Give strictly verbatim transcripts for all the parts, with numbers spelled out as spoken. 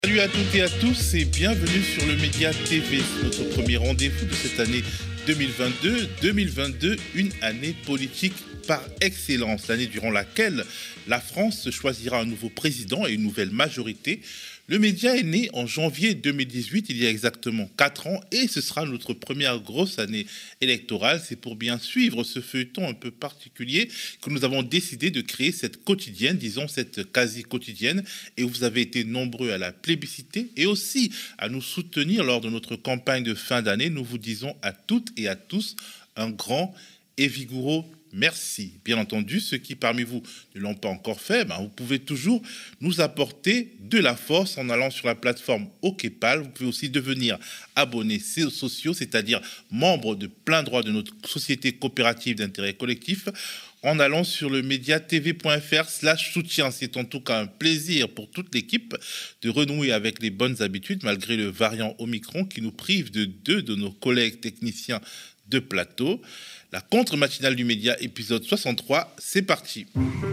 Salut à toutes et à tous et bienvenue sur le Média T V, notre premier rendez-vous de cette année deux mille vingt-deux. deux mille vingt-deux, une année politique par excellence, l'année durant laquelle la France choisira un nouveau président et une nouvelle majorité. Le Média est né en janvier deux mille dix-huit, il y a exactement quatre ans, et ce sera notre première grosse année électorale. C'est pour bien suivre ce feuilleton un peu particulier que nous avons décidé de créer cette quotidienne, disons cette quasi-quotidienne, et vous avez été nombreux à la plébisciter et aussi à nous soutenir lors de notre campagne de fin d'année. Nous vous disons à toutes et à tous un grand et vigoureux merci. Bien entendu, ceux qui parmi vous ne l'ont pas encore fait, ben vous pouvez toujours nous apporter de la force en allant sur la plateforme OKPAL. Vous pouvez aussi devenir abonné sociaux, c'est-à-dire membre de plein droit de notre société coopérative d'intérêt collectif, en allant sur le mediatv.fr slash soutien. C'est en tout cas un plaisir pour toute l'équipe de renouer avec les bonnes habitudes, malgré le variant Omicron qui nous prive de deux de nos collègues techniciens de plateau. La contre-matinale du Média, épisode soixante-trois, c'est parti.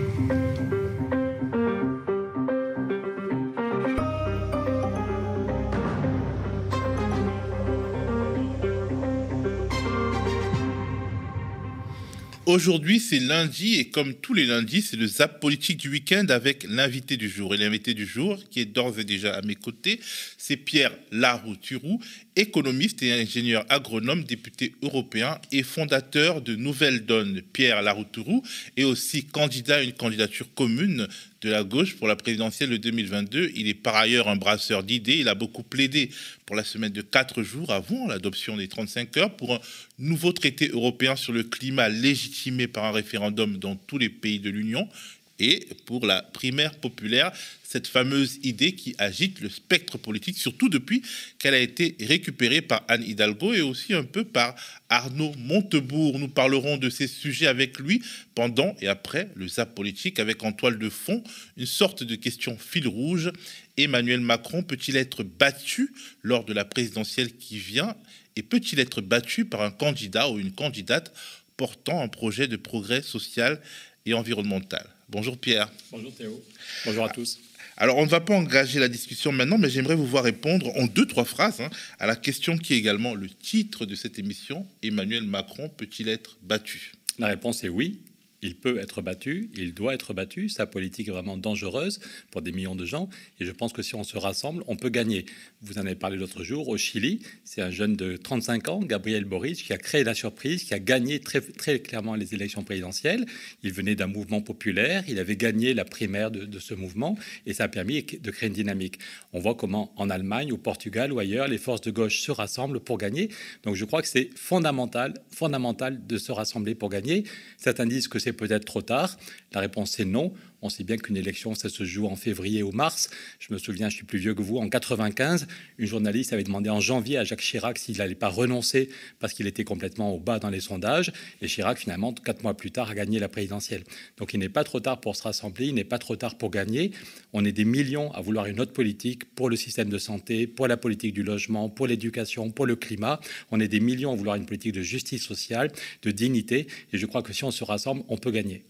Aujourd'hui, c'est lundi et comme tous les lundis, c'est le Zap politique du week-end avec l'invité du jour. Et l'invité du jour, qui est d'ores et déjà à mes côtés, c'est Pierre Larouturou, économiste et ingénieur agronome, député européen et fondateur de Nouvelle Donne. Pierre Larouturou est aussi candidat à une candidature commune de la gauche pour la présidentielle de deux mille vingt-deux. Il est par ailleurs un brasseur d'idées. Il a beaucoup plaidé pour la semaine de quatre jours avant l'adoption des trente-cinq heures pour un nouveau traité européen sur le climat légitimé par un référendum dans tous les pays de l'Union et pour la primaire populaire, cette fameuse idée qui agite le spectre politique, surtout depuis qu'elle a été récupérée par Anne Hidalgo et aussi un peu par Arnaud Montebourg. Nous parlerons de ces sujets avec lui pendant et après le Zap politique, avec en toile de fond une sorte de question fil rouge. Emmanuel Macron peut-il être battu lors de la présidentielle qui vient et peut-il être battu par un candidat ou une candidate portant un projet de progrès social et environnemental? Bonjour Pierre. Bonjour Théo. Bonjour à tous. Alors, on ne va pas engager la discussion maintenant, mais j'aimerais vous voir répondre en deux, trois phrases hein, à la question qui est également le titre de cette émission. Emmanuel Macron peut-il être battu? La réponse est oui. Il peut être battu, il doit être battu. Sa politique est vraiment dangereuse pour des millions de gens. Et je pense que si on se rassemble, on peut gagner. Vous en avez parlé l'autre jour, au Chili. C'est un jeune de trente-cinq ans, Gabriel Boric, qui a créé la surprise, qui a gagné très, très clairement les élections présidentielles. Il venait d'un mouvement populaire. Il avait gagné la primaire de, de ce mouvement. Et ça a permis de créer une dynamique. On voit comment en Allemagne, au Portugal ou ailleurs, les forces de gauche se rassemblent pour gagner. Donc je crois que c'est fondamental, fondamental de se rassembler pour gagner. Certains disent que c'est peut-être trop tard. La réponse est non. On sait bien qu'une élection, ça se joue en février ou mars. Je me souviens, je suis plus vieux que vous, en quatre-vingt-quinze, une journaliste avait demandé en janvier à Jacques Chirac s'il n'allait pas renoncer parce qu'il était complètement au bas dans les sondages. Et Chirac, finalement, quatre mois plus tard, a gagné la présidentielle. Donc il n'est pas trop tard pour se rassembler, il n'est pas trop tard pour gagner. On est des millions à vouloir une autre politique pour le système de santé, pour la politique du logement, pour l'éducation, pour le climat. On est des millions à vouloir une politique de justice sociale, de dignité. Et je crois que si on se rassemble, on peut gagner.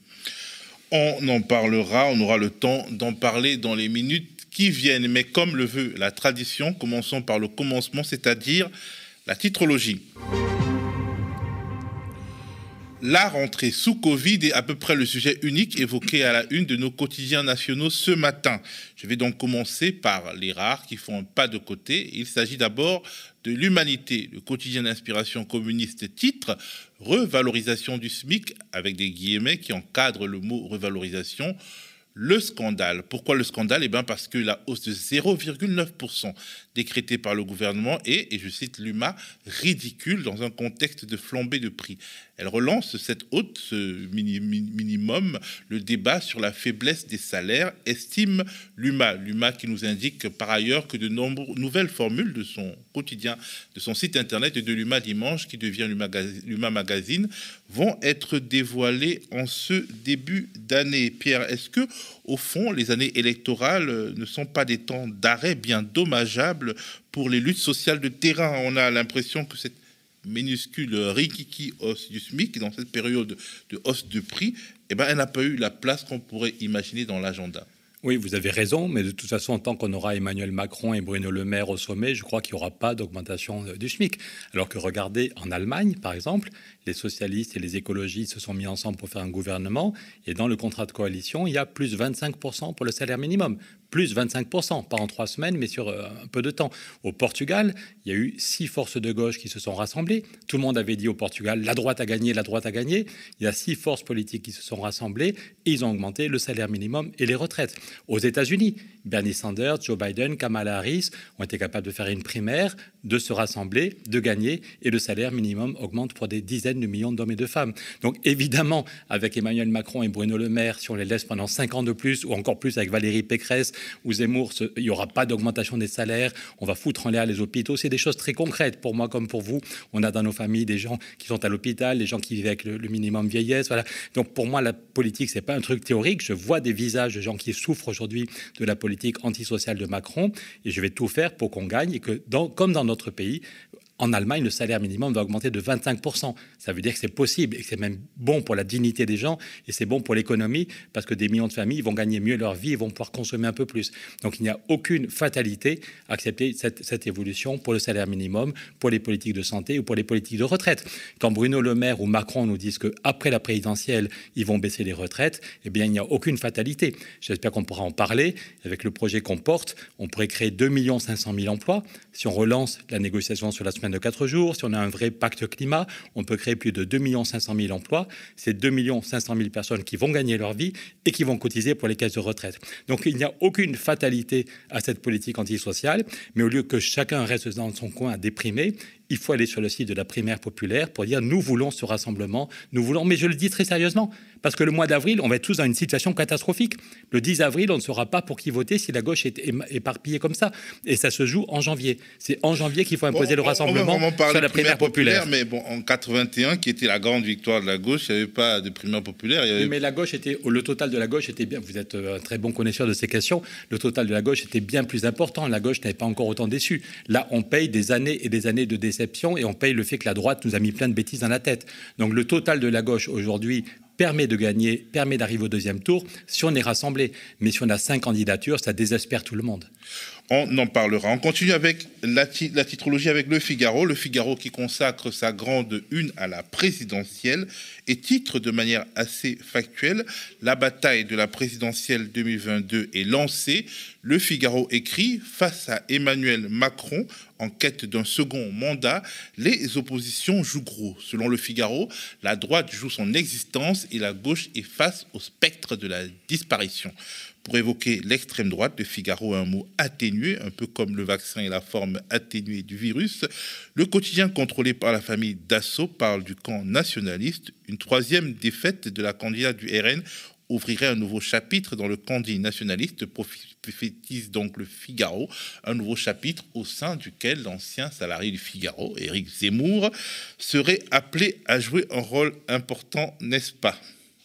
On en parlera, on aura le temps d'en parler dans les minutes qui viennent. Mais comme le veut la tradition, commençons par le commencement, c'est-à-dire la titrologie. La rentrée sous Covid est à peu près le sujet unique évoqué à la une de nos quotidiens nationaux ce matin. Je vais donc commencer par les rares qui font un pas de côté. Il s'agit d'abord de l'Humanité. Le quotidien d'inspiration communiste titre « Revalorisation du SMIC » avec des guillemets qui encadrent le mot « revalorisation ». Le scandale. Pourquoi le scandale? Eh bien parce que la hausse de zéro virgule neuf pour cent décrétée par le gouvernement est, et je cite l'U M A, ridicule dans un contexte de flambée de prix. Elle relance cette hausse, ce mini, minimum, le débat sur la faiblesse des salaires, estime l'U M A. L'U M A qui nous indique par ailleurs que de nombreuses nouvelles formules de son quotidien, de son site internet et de l'U M A Dimanche, qui devient l'U M A Magazine, vont être dévoilées en ce début d'année. Pierre, est-ce que au fond, les années électorales ne sont pas des temps d'arrêt bien dommageables pour les luttes sociales de terrain? On a l'impression que cette minuscule rikiki hausse du SMIC dans cette période de hausse de prix, eh ben, elle n'a pas eu la place qu'on pourrait imaginer dans l'agenda. Oui, vous avez raison, mais de toute façon, tant qu'on aura Emmanuel Macron et Bruno Le Maire au sommet, je crois qu'il n'y aura pas d'augmentation du SMIC. Alors que regardez, en Allemagne, par exemple, les socialistes et les écologistes se sont mis ensemble pour faire un gouvernement, et dans le contrat de coalition, il y a plus vingt-cinq pour cent pour le salaire minimum. Plus vingt-cinq pour cent, pas en trois semaines, mais sur euh, un peu de temps. Au Portugal, il y a eu six forces de gauche qui se sont rassemblées. Tout le monde avait dit au Portugal, la droite a gagné, la droite a gagné. Il y a six forces politiques qui se sont rassemblées et ils ont augmenté le salaire minimum et les retraites. Aux États-Unis, Bernie Sanders, Joe Biden, Kamala Harris ont été capables de faire une primaire, de se rassembler, de gagner, et le salaire minimum augmente pour des dizaines de millions d'hommes et de femmes. Donc évidemment, avec Emmanuel Macron et Bruno Le Maire, si on les laisse pendant cinq ans de plus, ou encore plus avec Valérie Pécresse ou Zemmour, il n'y aura pas d'augmentation des salaires, on va foutre en l'air les hôpitaux. C'est des choses très concrètes pour moi comme pour vous. On a dans nos familles des gens qui sont à l'hôpital, des gens qui vivent avec le, le minimum vieillesse. Voilà. Donc pour moi, la politique, c'est pas un truc théorique. Je vois des visages de gens qui souffrent aujourd'hui de la politique antisociale de Macron, et je vais tout faire pour qu'on gagne, et que, dans, comme dans notre pays, en Allemagne, le salaire minimum va augmenter de vingt-cinq pour cent. Ça veut dire que c'est possible et que c'est même bon pour la dignité des gens et c'est bon pour l'économie parce que des millions de familles vont gagner mieux leur vie et vont pouvoir consommer un peu plus. Donc il n'y a aucune fatalité à accepter cette, cette évolution pour le salaire minimum, pour les politiques de santé ou pour les politiques de retraite. Quand Bruno Le Maire ou Macron nous disent qu'après la présidentielle, ils vont baisser les retraites, eh bien il n'y a aucune fatalité. J'espère qu'on pourra en parler. Avec le projet qu'on porte, on pourrait créer deux millions cinq cent mille emplois. Si on relance la négociation sur la semaine de quatre jours, si on a un vrai pacte climat, on peut créer plus de deux millions cinq cent mille emplois. C'est deux millions cinq cent mille personnes qui vont gagner leur vie et qui vont cotiser pour les caisses de retraite. Donc il n'y a aucune fatalité à cette politique antisociale, mais au lieu que chacun reste dans son coin à déprimer, il faut aller sur le site de la primaire populaire pour dire nous voulons ce rassemblement, nous voulons, mais je le dis très sérieusement, parce que le mois d'avril, on va être tous dans une situation catastrophique. Le dix avril, on ne saura pas pour qui voter si la gauche est éparpillée comme ça. Et ça se joue en janvier. C'est en janvier qu'il faut imposer bon, le rassemblement on va sur la primaire populaire. populaire. Mais bon, en quatre-vingt-et-un, qui était la grande victoire de la gauche, il n'y avait pas de primaire populaire. Il y avait... oui, mais la gauche était, le total de la gauche était bien, vous êtes un très bon connaisseur de ces questions, le total de la gauche était bien plus important. La gauche n'avait pas encore autant déçu. Là, on paye des années et des années de déception et on paye le fait que la droite nous a mis plein de bêtises dans la tête. Donc le total de la gauche aujourd'hui permet de gagner, permet d'arriver au deuxième tour si on est rassemblé. Mais si on a cinq candidatures, ça désespère tout le monde. On en parlera. On continue avec la, ti- la titrologie avec Le Figaro. Le Figaro qui consacre sa grande une à la présidentielle et titre de manière assez factuelle « La bataille de la présidentielle deux mille vingt-deux est lancée ». Le Figaro écrit « Face à Emmanuel Macron, en quête d'un second mandat, les oppositions jouent gros ». Selon Le Figaro, la droite joue son existence et la gauche est face au spectre de la disparition. Pour évoquer l'extrême droite, Le Figaro a un mot atténué, un peu comme le vaccin est la forme atténuée du virus. Le quotidien contrôlé par la famille Dassault parle du camp nationaliste. Une troisième défaite de la candidate du R N ouvrirait un nouveau chapitre dans le candidat nationaliste, prophétise donc Le Figaro, un nouveau chapitre au sein duquel l'ancien salarié du Figaro, Éric Zemmour, serait appelé à jouer un rôle important, n'est-ce pas ?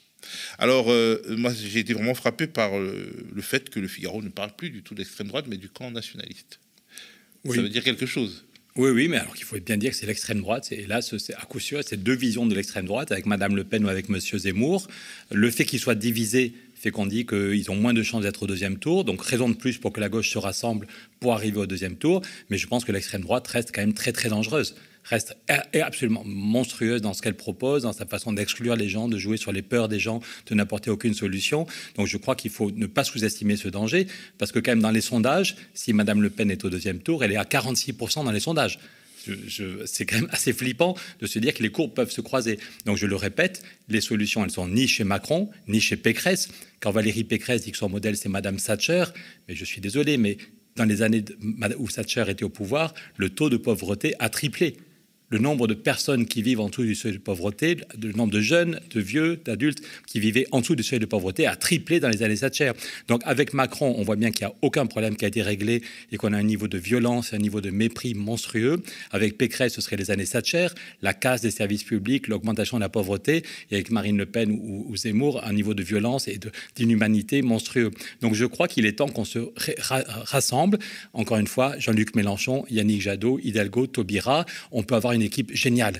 Alors, euh, moi, j'ai été vraiment frappé par euh, le fait que Le Figaro ne parle plus du tout d'extrême droite, mais du camp nationaliste. Oui. Ça veut dire quelque chose. Oui, oui, mais alors qu'il faut bien dire que c'est l'extrême droite. Et là, c'est, à coup sûr, c'est deux visions de l'extrême droite, avec Madame Le Pen ou avec Monsieur Zemmour. Le fait qu'ils soient divisés fait qu'on dit qu'ils ont moins de chances d'être au deuxième tour. Donc, raison de plus pour que la gauche se rassemble pour arriver au deuxième tour. Mais je pense que l'extrême droite reste quand même très, très dangereuse. Reste absolument monstrueuse dans ce qu'elle propose, dans sa façon d'exclure les gens, de jouer sur les peurs des gens, de n'apporter aucune solution. Donc je crois qu'il faut ne pas sous-estimer ce danger, parce que quand même dans les sondages, si Madame Le Pen est au deuxième tour, elle est à quarante-six pour cent dans les sondages. Je, je, c'est quand même assez flippant de se dire que les courbes peuvent se croiser. Donc je le répète, les solutions, elles sont ni chez Macron, ni chez Pécresse. Quand Valérie Pécresse dit que son modèle, c'est Madame Thatcher, mais je suis désolé, mais dans les années où Thatcher était au pouvoir, le taux de pauvreté a triplé. Le nombre de personnes qui vivent en dessous du seuil de pauvreté, le nombre de jeunes, de vieux, d'adultes qui vivaient en dessous du seuil de pauvreté a triplé dans les années Thatcher. Donc avec Macron, on voit bien qu'il n'y a aucun problème qui a été réglé et qu'on a un niveau de violence, un niveau de mépris monstrueux. Avec Pécresse, ce serait les années Thatcher, la casse des services publics, l'augmentation de la pauvreté. Et avec Marine Le Pen ou, ou Zemmour, un niveau de violence et de, d'inhumanité monstrueux. Donc je crois qu'il est temps qu'on se ra- rassemble. Encore une fois, Jean-Luc Mélenchon, Yannick Jadot, Hidalgo, Taubira. On peut avoir une équipe géniale.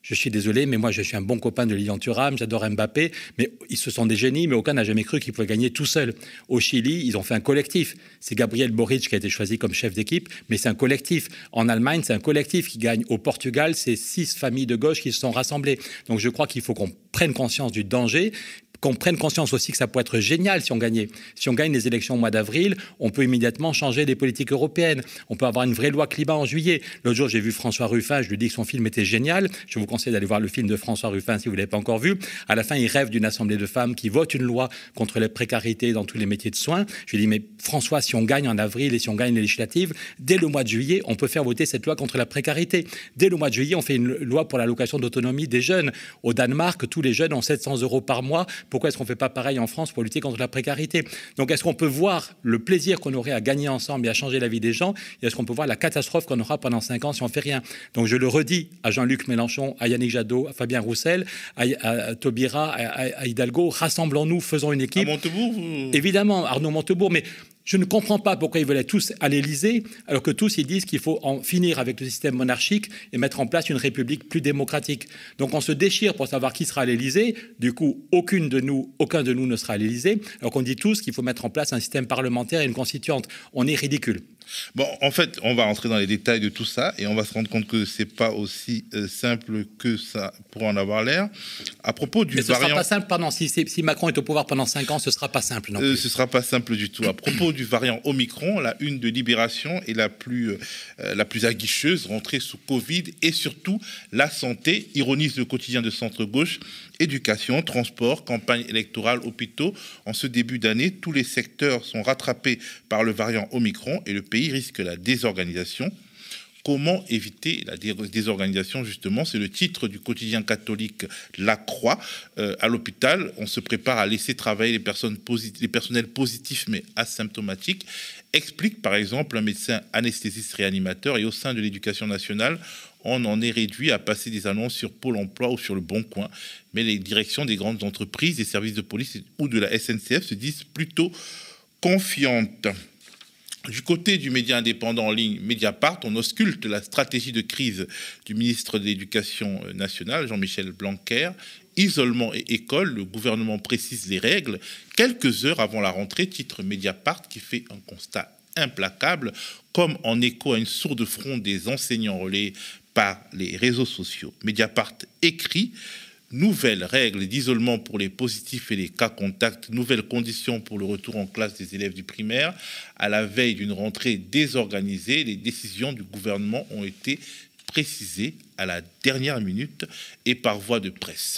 Je suis désolé, mais moi, je suis un bon copain de Lilian Thuram, j'adore Mbappé, mais ils se sont des génies, mais aucun n'a jamais cru qu'ils pouvaient gagner tout seul. Au Chili, ils ont fait un collectif. C'est Gabriel Boric qui a été choisi comme chef d'équipe, mais c'est un collectif. En Allemagne, c'est un collectif qui gagne. Au Portugal, c'est six familles de gauche qui se sont rassemblées. Donc je crois qu'il faut qu'on prenne conscience du danger, qu'on prenne conscience aussi que ça pourrait être génial si on gagnait. Si on gagne les élections au mois d'avril, on peut immédiatement changer les politiques européennes. On peut avoir une vraie loi climat en juillet. L'autre jour, j'ai vu François Ruffin, je lui dis que son film était génial. Je vous conseille d'aller voir le film de François Ruffin si vous ne l'avez pas encore vu. À la fin, il rêve d'une assemblée de femmes qui vote une loi contre les précarités dans tous les métiers de soins. Je lui dis, mais François, si on gagne en avril et si on gagne les législatives, dès le mois de juillet, on peut faire voter cette loi contre la précarité. Dès le mois de juillet, on fait une loi pour l'allocation d'autonomie des jeunes. Au Danemark, tous les jeunes ont sept cents euros par mois. Pourquoi est-ce qu'on ne fait pas pareil en France pour lutter contre la précarité? Donc, est-ce qu'on peut voir le plaisir qu'on aurait à gagner ensemble et à changer la vie des gens? Et est-ce qu'on peut voir la catastrophe qu'on aura pendant cinq ans si on ne fait rien? Donc, je le redis à Jean-Luc Mélenchon, à Yannick Jadot, à Fabien Roussel, à, à, à Taubira, à, à Hidalgo, rassemblons-nous, faisons une équipe. À Montebourg vous... Évidemment, Arnaud Montebourg, mais... Je ne comprends pas pourquoi ils veulent tous à l'Élysée, alors que tous ils disent qu'il faut en finir avec le système monarchique et mettre en place une république plus démocratique. Donc on se déchire pour savoir qui sera à l'Élysée. Du coup, aucune de nous, aucun de nous ne sera à l'Élysée, alors qu'on dit tous qu'il faut mettre en place un système parlementaire et une constituante. On est ridicule. Bon, en fait, on va entrer dans les détails de tout ça et on va se rendre compte que c'est pas aussi euh, simple que ça pour en avoir l'air. À propos du Mais ce variant... sera pas simple, pardon. Si, si Macron est au pouvoir pendant cinq ans, ce sera pas simple non plus. Euh, ce sera pas simple du tout. À propos du variant Omicron, la une de Libération est la plus, euh, la plus aguicheuse, rentrée sous Covid et surtout la santé, ironise le quotidien de centre-gauche. Éducation, transport, campagne électorale, hôpitaux. En ce début d'année, tous les secteurs sont rattrapés par le variant Omicron et le pays risque la désorganisation. Comment éviter la désorganisation, justement? C'est le titre du quotidien catholique La Croix. Euh, à l'hôpital, on se prépare à laisser travailler les, personnes posit- les personnels positifs mais asymptomatiques. Explique par exemple un médecin anesthésiste réanimateur. Et au sein de l'éducation nationale, on en est réduit à passer des annonces sur Pôle emploi ou sur le Bon Coin. Mais les directions des grandes entreprises, des services de police ou de la S N C F se disent plutôt confiantes. Du côté du média indépendant en ligne Mediapart, on ausculte la stratégie de crise du ministre de l'Éducation nationale, Jean-Michel Blanquer. Isolement et école, le gouvernement précise les règles. Quelques heures avant la rentrée, titre Mediapart qui fait un constat implacable, comme en écho à une sourde fronde des enseignants relayés par les réseaux sociaux. Mediapart écrit: nouvelles règles d'isolement pour les positifs et les cas contacts, nouvelles conditions pour le retour en classe des élèves du primaire. À la veille d'une rentrée désorganisée, les décisions du gouvernement ont été précisées à la dernière minute et par voie de presse.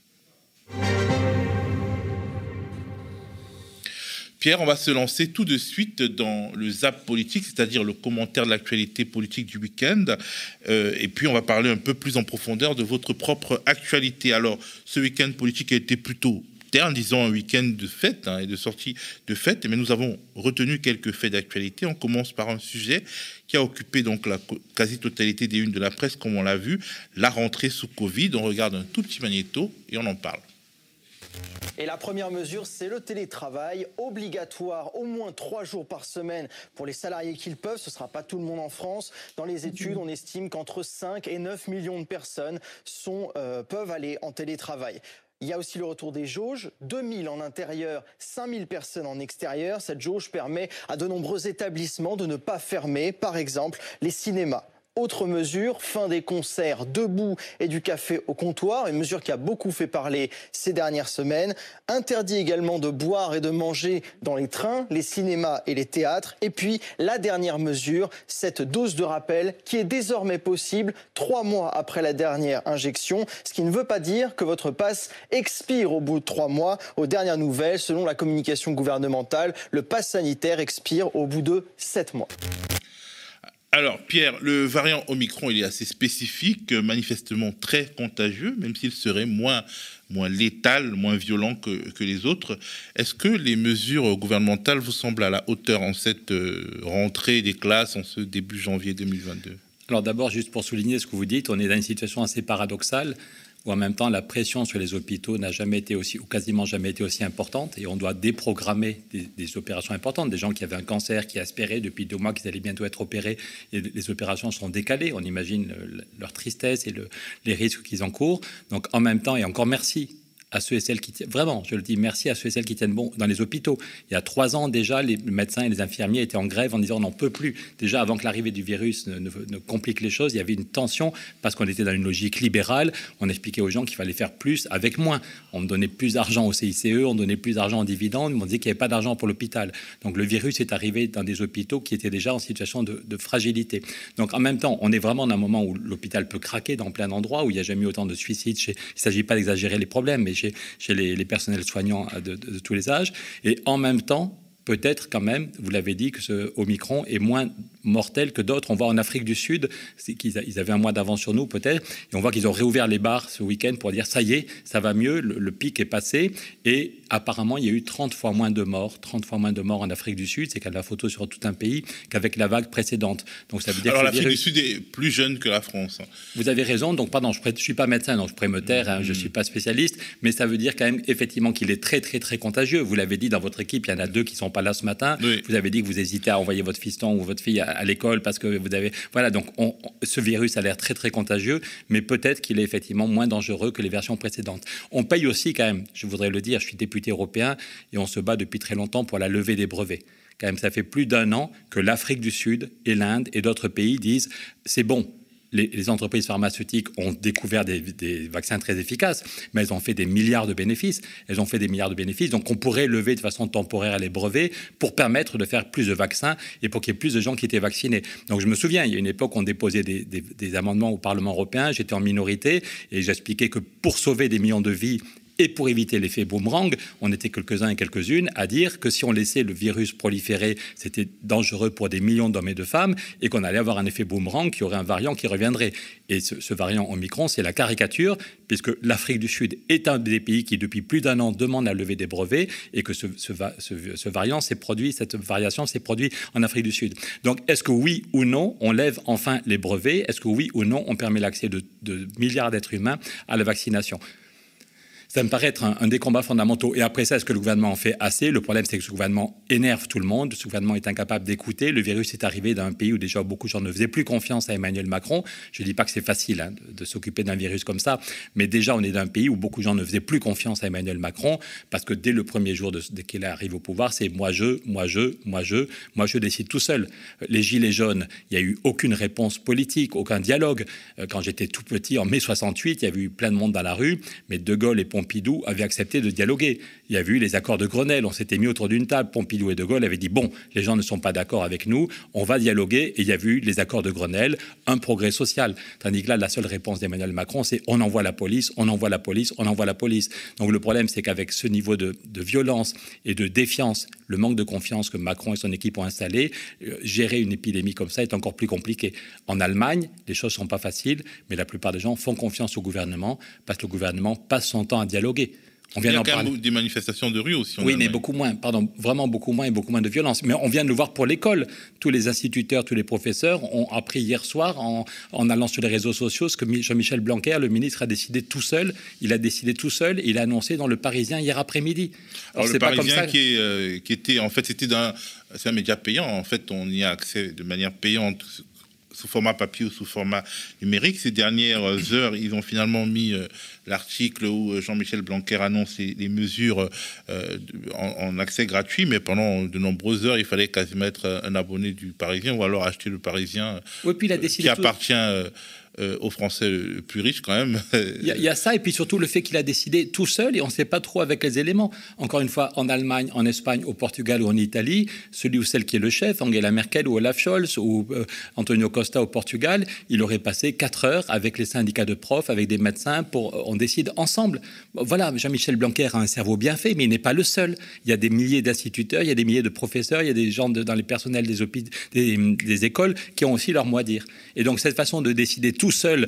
Pierre, on va se lancer tout de suite dans le zap politique, c'est-à-dire le commentaire de l'actualité politique du week-end. Euh, et puis, on va parler un peu plus en profondeur de votre propre actualité. Alors, ce week-end politique a été plutôt terne, disons un week-end de fête hein, et de sortie de fête. Mais nous avons retenu quelques faits d'actualité. On commence par un sujet qui a occupé donc la quasi-totalité des unes de la presse, comme on l'a vu, la rentrée sous Covid. On regarde un tout petit magnéto et on en parle. Et la première mesure, c'est le télétravail obligatoire, au moins trois jours par semaine pour les salariés qui le peuvent. Ce ne sera pas tout le monde en France. Dans les études, on estime qu'entre cinq et neuf millions de personnes sont, euh, peuvent aller en télétravail. Il y a aussi le retour des jauges, deux mille en intérieur, cinq mille personnes en extérieur. Cette jauge permet à de nombreux établissements de ne pas fermer, par exemple les cinémas. Autre mesure, fin des concerts debout et du café au comptoir, une mesure qui a beaucoup fait parler ces dernières semaines. Interdit également de boire et de manger dans les trains, les cinémas et les théâtres. Et puis, la dernière mesure, cette dose de rappel qui est désormais possible trois mois après la dernière injection, ce qui ne veut pas dire que votre passe expire au bout de trois mois. Aux dernières nouvelles, selon la communication gouvernementale, le passe sanitaire expire au bout de sept mois. Alors, Pierre, le variant Omicron, il est assez spécifique, manifestement très contagieux, même s'il serait moins, moins létal, moins violent que, que les autres. Est-ce que les mesures gouvernementales vous semblent à la hauteur en cette rentrée des classes, en ce début janvier deux mille vingt-deux ? Alors d'abord, juste pour souligner ce que vous dites, on est dans une situation assez paradoxale. où en même temps la pression sur les hôpitaux n'a jamais été aussi, ou quasiment jamais été aussi importante, et on doit déprogrammer des, des opérations importantes, des gens qui avaient un cancer, qui espéraient depuis deux mois qu'ils allaient bientôt être opérés, et les opérations sont décalées, on imagine le, leur tristesse et le, les risques qu'ils encourent. Donc en même temps, et encore merci à ceux et celles qui tiennent, vraiment, je le dis, merci à ceux et celles qui tiennent bon dans les hôpitaux. Il y a trois ans déjà, les médecins et les infirmiers étaient en grève en disant on n'en peut plus. Déjà, avant que l'arrivée du virus ne, ne, ne complique les choses, il y avait une tension parce qu'on était dans une logique libérale. On expliquait aux gens qu'il fallait faire plus avec moins. On donnait plus d'argent au C I C E, on donnait plus d'argent en dividendes, on disait qu'il n'y avait pas d'argent pour l'hôpital. Donc le virus est arrivé dans des hôpitaux qui étaient déjà en situation de, de fragilité. Donc en même temps, on est vraiment dans un moment où l'hôpital peut craquer dans plein d'endroits, où il n'y a jamais eu autant de suicides. Chez... Il ne s'agit pas d'exagérer les problèmes, mais chez, chez les, les personnels soignants de, de, de tous les âges. Et en même temps, peut-être quand même, vous l'avez dit, que ce Omicron est moins mortel que d'autres. On voit en Afrique du Sud, c'est qu'ils ils avaient un mois d'avance sur nous peut-être, et on voit qu'ils ont réouvert les bars ce week-end pour dire ça y est, ça va mieux, le, le pic est passé, et apparemment il y a eu trente fois moins de morts, trente fois moins de morts en Afrique du Sud, c'est qu'il y a la photo sur tout un pays, qu'avec la vague précédente. Donc ça veut dire Alors que l'Afrique virus... du Sud est plus jeune que la France. Vous avez raison, donc pardon, je ne suis pas médecin, donc je pourrais me taire, hein, mmh. je ne suis pas spécialiste, mais ça veut dire quand même effectivement qu'il est très très très contagieux. Vous l'avez dit, dans votre équipe, il y en a deux qui ne sont pas là ce matin. Oui. Vous avez dit que vous hésitez à envoyer votre fiston ou votre fille à, à l'école parce que vous avez... Voilà, donc on, on, ce virus a l'air très très contagieux, mais peut-être qu'il est effectivement moins dangereux que les versions précédentes. On paye aussi quand même, je voudrais le dire, je suis député européen et on se bat depuis très longtemps pour la levée des brevets. Quand même, ça fait plus d'un an que l'Afrique du Sud et l'Inde et d'autres pays disent c'est bon. Les, les entreprises pharmaceutiques ont découvert des, des vaccins très efficaces, mais elles ont fait des milliards de bénéfices. Elles ont fait des milliards de bénéfices. Donc, on pourrait lever de façon temporaire les brevets pour permettre de faire plus de vaccins et pour qu'il y ait plus de gens qui étaient vaccinés. Donc, je me souviens, il y a une époque, on déposait des, des, des amendements au Parlement européen. J'étais en minorité et j'expliquais que pour sauver des millions de vies et pour éviter l'effet boomerang, on était quelques-uns et quelques-unes à dire que si on laissait le virus proliférer, c'était dangereux pour des millions d'hommes et de femmes et qu'on allait avoir un effet boomerang, qui aurait un variant qui reviendrait. Et ce, ce variant Omicron, c'est la caricature, puisque l'Afrique du Sud est un des pays qui, depuis plus d'un an, demande la levée des brevets et que ce, ce, ce, ce variant s'est produit, cette variation s'est produite en Afrique du Sud. Donc, est-ce que oui ou non, on lève enfin les brevets? Est-ce que oui ou non, on permet l'accès de, de milliards d'êtres humains à la vaccination? Ça me paraît être un, un des combats fondamentaux. Et après ça, est-ce que le gouvernement en fait assez? Le problème, c'est que ce gouvernement énerve tout le monde. Ce gouvernement est incapable d'écouter. Le virus est arrivé dans un pays où déjà beaucoup de gens ne faisaient plus confiance à Emmanuel Macron. Je ne dis pas que c'est facile hein, de, de s'occuper d'un virus comme ça, mais déjà, on est dans un pays où beaucoup de gens ne faisaient plus confiance à Emmanuel Macron parce que dès le premier jour, de, dès qu'il arrive au pouvoir, c'est moi je, moi je, moi je, moi je décide tout seul. Les gilets jaunes, il n'y a eu aucune réponse politique, aucun dialogue. Quand j'étais tout petit, en mai soixante-huit, il y avait eu plein de monde dans la rue, mais De Gaulle et Pompidou avait accepté de dialoguer. Il y a eu les accords de Grenelle, on s'était mis autour d'une table. Pompidou et De Gaulle avaient dit, bon, les gens ne sont pas d'accord avec nous, on va dialoguer. Et il y a eu les accords de Grenelle, un progrès social. Tandis que là, la seule réponse d'Emmanuel Macron, c'est on envoie la police, on envoie la police, on envoie la police. Donc le problème, c'est qu'avec ce niveau de, de violence et de défiance, le manque de confiance que Macron et son équipe ont installé, euh, gérer une épidémie comme ça est encore plus compliqué. En Allemagne, les choses ne sont pas faciles, mais la plupart des gens font confiance au gouvernement parce que le gouvernement passe son temps à dialoguer. On vient Il y a quand même des manifestations de rue aussi. Oui, mais beaucoup moins, pardon, vraiment beaucoup moins et beaucoup moins de violence. Mais on vient de le voir pour l'école. Tous les instituteurs, tous les professeurs ont appris hier soir en, en allant sur les réseaux sociaux ce que Jean-Michel Blanquer, le ministre, a décidé tout seul. Il a décidé tout seul et il a annoncé dans Le Parisien hier après-midi. Alors, Alors le Parisien pas comme ça... qui, est, euh, qui était, en fait, c'était d'un, c'est un média payant. En fait, on y a accès de manière payante sous format papier ou sous format numérique. Ces dernières heures, ils ont finalement mis euh, l'article où Jean-Michel Blanquer annonce les, les mesures euh, en, en accès gratuit, mais pendant de nombreuses heures, il fallait quasiment être un abonné du Parisien ou alors acheter le Parisien oui, puis il a décidé qui tout... appartient... Euh, Euh, aux Français les plus riches quand même. Il y, y a ça et puis surtout le fait qu'il a décidé tout seul et on ne sait pas trop avec les éléments. Encore une fois, en Allemagne, en Espagne, au Portugal ou en Italie, celui ou celle qui est le chef, Angela Merkel ou Olaf Scholz ou euh, Antonio Costa au Portugal, il aurait passé quatre heures avec les syndicats de profs, avec des médecins pour euh, on décide ensemble. Voilà, Jean-Michel Blanquer a un cerveau bien fait, mais il n'est pas le seul. Il y a des milliers d'instituteurs, il y a des milliers de professeurs, il y a des gens de, dans les personnels des, hôpitaux, des, des écoles qui ont aussi leur mot à dire. Et donc cette façon de décider tout seul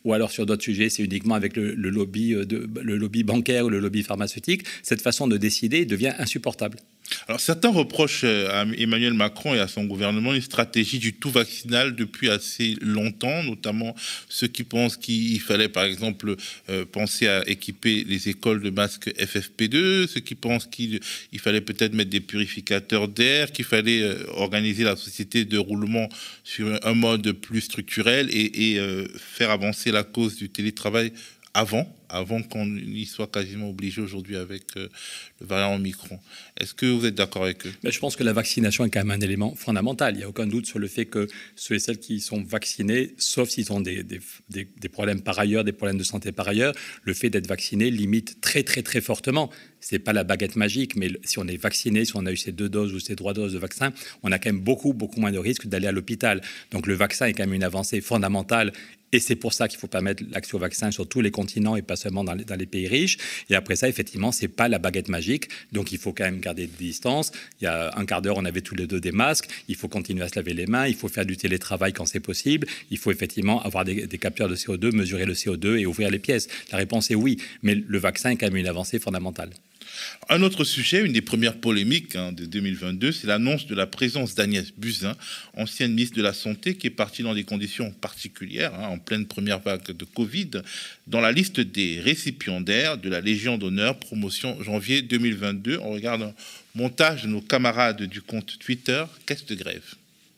ou alors sur d'autres sujets, c'est uniquement avec le, le, lobby de, le lobby bancaire ou le lobby pharmaceutique. Cette façon de décider devient insupportable. Alors certains reprochent à Emmanuel Macron et à son gouvernement une stratégie du tout vaccinal depuis assez longtemps, notamment ceux qui pensent qu'il fallait par exemple euh, penser à équiper les écoles de masques F F P deux, ceux qui pensent qu'il il fallait peut-être mettre des purificateurs d'air, qu'il fallait euh, organiser la société de roulement sur un mode plus structurel et, et euh, faire avancer la cause du télétravail avant, avant qu'on y soit quasiment obligé aujourd'hui avec euh, le variant Omicron. Est-ce que vous êtes d'accord avec eux ? Mais je pense que la vaccination est quand même un élément fondamental. Il n'y a aucun doute sur le fait que ceux et celles qui sont vaccinés, sauf s'ils ont des, des, des, des problèmes par ailleurs, des problèmes de santé par ailleurs, le fait d'être vacciné limite très très très fortement. Ce n'est pas la baguette magique, mais si on est vacciné, si on a eu ces deux doses ou ces trois doses de vaccin, on a quand même beaucoup, beaucoup moins de risques d'aller à l'hôpital. Donc le vaccin est quand même une avancée fondamentale. Et c'est pour ça qu'il faut permettre l'accès au vaccin sur tous les continents et pas seulement dans les, dans les pays riches. Et après ça, effectivement, c'est pas la baguette magique. Donc il faut quand même garder des distances. Il y a un quart d'heure, on avait tous les deux des masques. Il faut continuer à se laver les mains. Il faut faire du télétravail quand c'est possible. Il faut effectivement avoir des, des capteurs de C O deux, mesurer le C O deux et ouvrir les pièces. La réponse est oui. Mais le vaccin est quand même une avancée fondamentale. Un autre sujet, une des premières polémiques hein, de deux mille vingt-deux, c'est l'annonce de la présence d'Agnès Buzyn, ancienne ministre de la Santé, qui est partie dans des conditions particulières, hein, en pleine première vague de Covid, dans la liste des récipiendaires de la Légion d'honneur, promotion janvier deux mille vingt-deux. On regarde un montage de nos camarades du compte Twitter, Caisse de grève.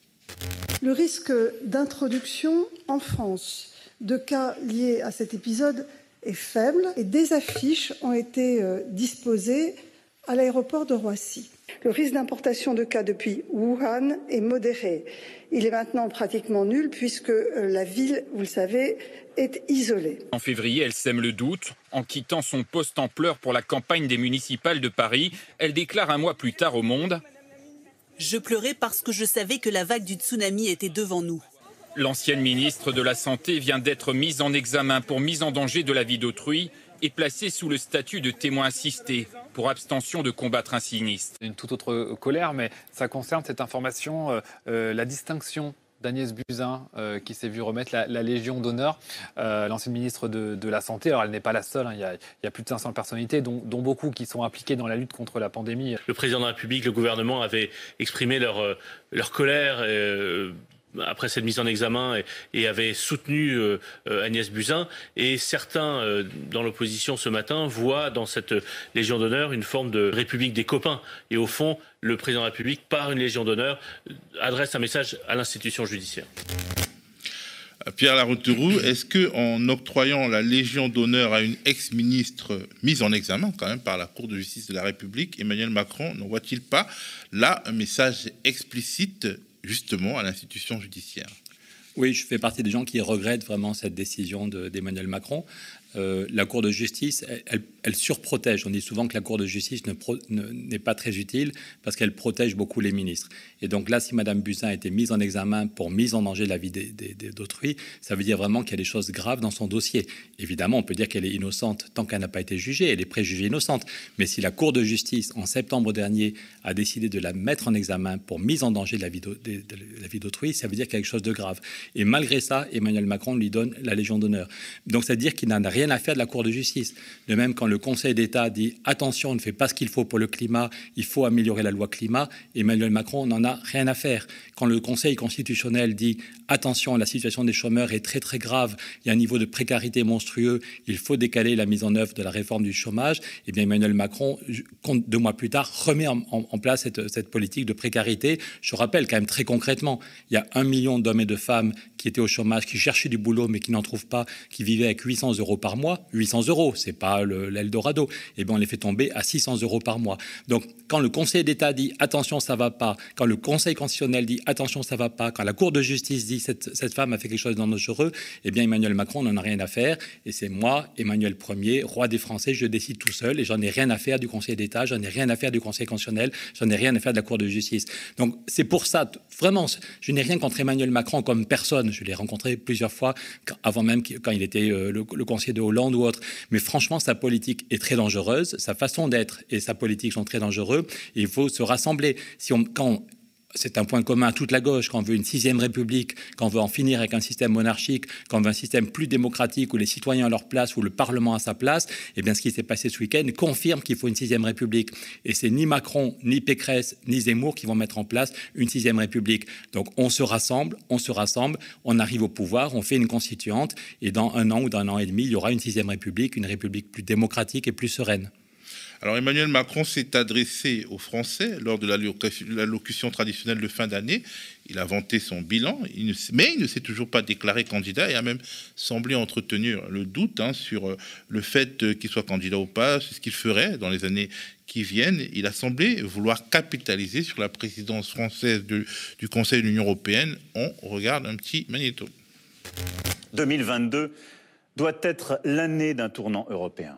Le risque d'introduction en France de cas liés à cet épisode est faible et des affiches ont été euh, disposées à l'aéroport de Roissy. Le risque d'importation de cas depuis Wuhan est modéré. Il est maintenant pratiquement nul puisque euh, la ville, vous le savez, est isolée. En février, elle sème le doute. En quittant son poste en pleurs pour la campagne des municipales de Paris, elle déclare un mois plus tard au Monde : Je pleurais parce que je savais que la vague du tsunami était devant nous. L'ancienne ministre de la Santé vient d'être mise en examen pour mise en danger de la vie d'autrui et placée sous le statut de témoin assisté pour abstention de combattre un sinistre. Une toute autre colère, mais ça concerne cette information, euh, euh, la distinction d'Agnès Buzyn, euh, qui s'est vue remettre la, la Légion d'honneur, euh, l'ancienne ministre de, de la Santé. Alors, elle n'est pas la seule, hein. il, y a, il y a plus de cinq cents personnalités, dont, dont beaucoup qui sont impliquées dans la lutte contre la pandémie. Le président de la République, le gouvernement avaient exprimé leur, leur colère euh, après cette mise en examen et, et avait soutenu euh, Agnès Buzyn. Et certains euh, dans l'opposition ce matin voient dans cette Légion d'honneur une forme de République des copains. Et au fond, le président de la République, par une Légion d'honneur, adresse un message à l'institution judiciaire. Pierre Larouturou, est-ce qu'en octroyant la Légion d'honneur à une ex-ministre mise en examen quand même par la Cour de justice de la République, Emmanuel Macron n'envoie-t-il pas là un message explicite justement à l'institution judiciaire ? Oui, je fais partie des gens qui regrettent vraiment cette décision de, d'Emmanuel Macron. Euh, la Cour de justice, elle, elle, elle surprotège. On dit souvent que la Cour de justice ne pro, ne, n'est pas très utile parce qu'elle protège beaucoup les ministres. Et donc là, si Mme Buzyn a été mise en examen pour mise en danger de la vie des, des, des, d'autrui, ça veut dire vraiment qu'il y a des choses graves dans son dossier. Évidemment, on peut dire qu'elle est innocente tant qu'elle n'a pas été jugée. Elle est préjugée innocente. Mais si la Cour de justice, en septembre dernier, a décidé de la mettre en examen pour mise en danger de la vie, de, de, de la vie d'autrui, ça veut dire qu'il y a quelque chose de grave. Et malgré ça, Emmanuel Macron lui donne la Légion d'honneur. Donc, ça veut dire qu'il n'en a rien à faire de la Cour de justice. De même, quand le Conseil d'État dit « attention, on ne fait pas ce qu'il faut pour le climat, il faut améliorer la loi climat », Emmanuel Macron n'en a rien à faire. Quand le Conseil constitutionnel dit « attention, la situation des chômeurs est très très grave, il y a un niveau de précarité monstrueux, il faut décaler la mise en œuvre de la réforme du chômage », eh bien Emmanuel Macron, deux mois plus tard, remet en, en, en place cette, cette politique de précarité. Je rappelle quand même très concrètement, il y a un million d'hommes et de femmes qui étaient au chômage, qui cherchaient du boulot mais qui n'en trouvent pas, qui vivaient avec huit cents euros par mois. huit cents euros, c'est pas le, l'Eldorado. Eh bien, on les fait tomber à six cents euros par mois. Donc, quand le Conseil d'État dit attention, ça va pas, quand le Conseil constitutionnel dit attention, ça va pas, quand la Cour de justice dit cette, cette femme a fait quelque chose de dangereux, eh bien, Emmanuel Macron n'en a rien à faire. Et c'est moi, Emmanuel Ier, roi des Français, je décide tout seul et j'en ai rien à faire du Conseil d'État, j'en ai rien à faire du Conseil constitutionnel, j'en ai rien à faire de la Cour de justice. Donc, c'est pour ça, vraiment, je n'ai rien contre Emmanuel Macron comme personne. Je l'ai rencontré plusieurs fois, avant même quand il était le, le conseiller de Hollande ou autre. Mais franchement, sa politique est très dangereuse, sa façon d'être et sa politique sont très dangereux. Et il faut se rassembler. Si on, quand c'est un point commun à toute la gauche, quand on veut une sixième république, quand on veut en finir avec un système monarchique, quand on veut un système plus démocratique où les citoyens ont leur place, où le Parlement a sa place, eh bien ce qui s'est passé ce week-end confirme qu'il faut une sixième république. Et c'est ni Macron, ni Pécresse, ni Zemmour qui vont mettre en place une sixième république. Donc on se rassemble, on se rassemble, on arrive au pouvoir, on fait une constituante, et dans un an ou dans un an et demi, il y aura une sixième république, une république plus démocratique et plus sereine. Alors Emmanuel Macron s'est adressé aux Français lors de l'allocution traditionnelle de fin d'année. Il a vanté son bilan, il ne, mais il ne s'est toujours pas déclaré candidat et a même semblé entretenir le doute hein, sur le fait qu'il soit candidat ou pas, sur ce qu'il ferait dans les années qui viennent. Il a semblé vouloir capitaliser sur la présidence française de, du Conseil de l'Union européenne. On regarde un petit magnéto. deux mille vingt-deux doit être l'année d'un tournant européen.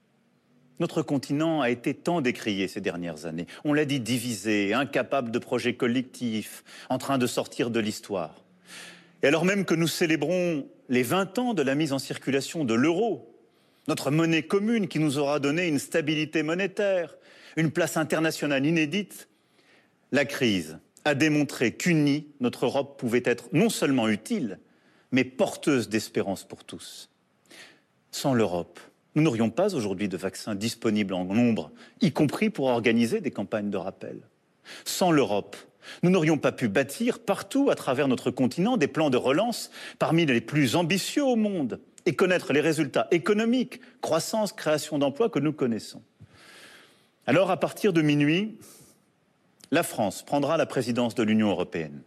Notre continent a été tant décrié ces dernières années. On l'a dit, divisé, incapable de projets collectifs, en train de sortir de l'histoire. Et alors même que nous célébrons les vingt ans de la mise en circulation de l'euro, notre monnaie commune qui nous aura donné une stabilité monétaire, une place internationale inédite, la crise a démontré qu'unie, notre Europe pouvait être non seulement utile, mais porteuse d'espérance pour tous. Sans l'Europe, nous n'aurions pas aujourd'hui de vaccins disponibles en nombre, y compris pour organiser des campagnes de rappel. Sans l'Europe, nous n'aurions pas pu bâtir partout à travers notre continent des plans de relance parmi les plus ambitieux au monde et connaître les résultats économiques, croissance, création d'emplois que nous connaissons. Alors, à partir de minuit, la France prendra la présidence de l'Union européenne.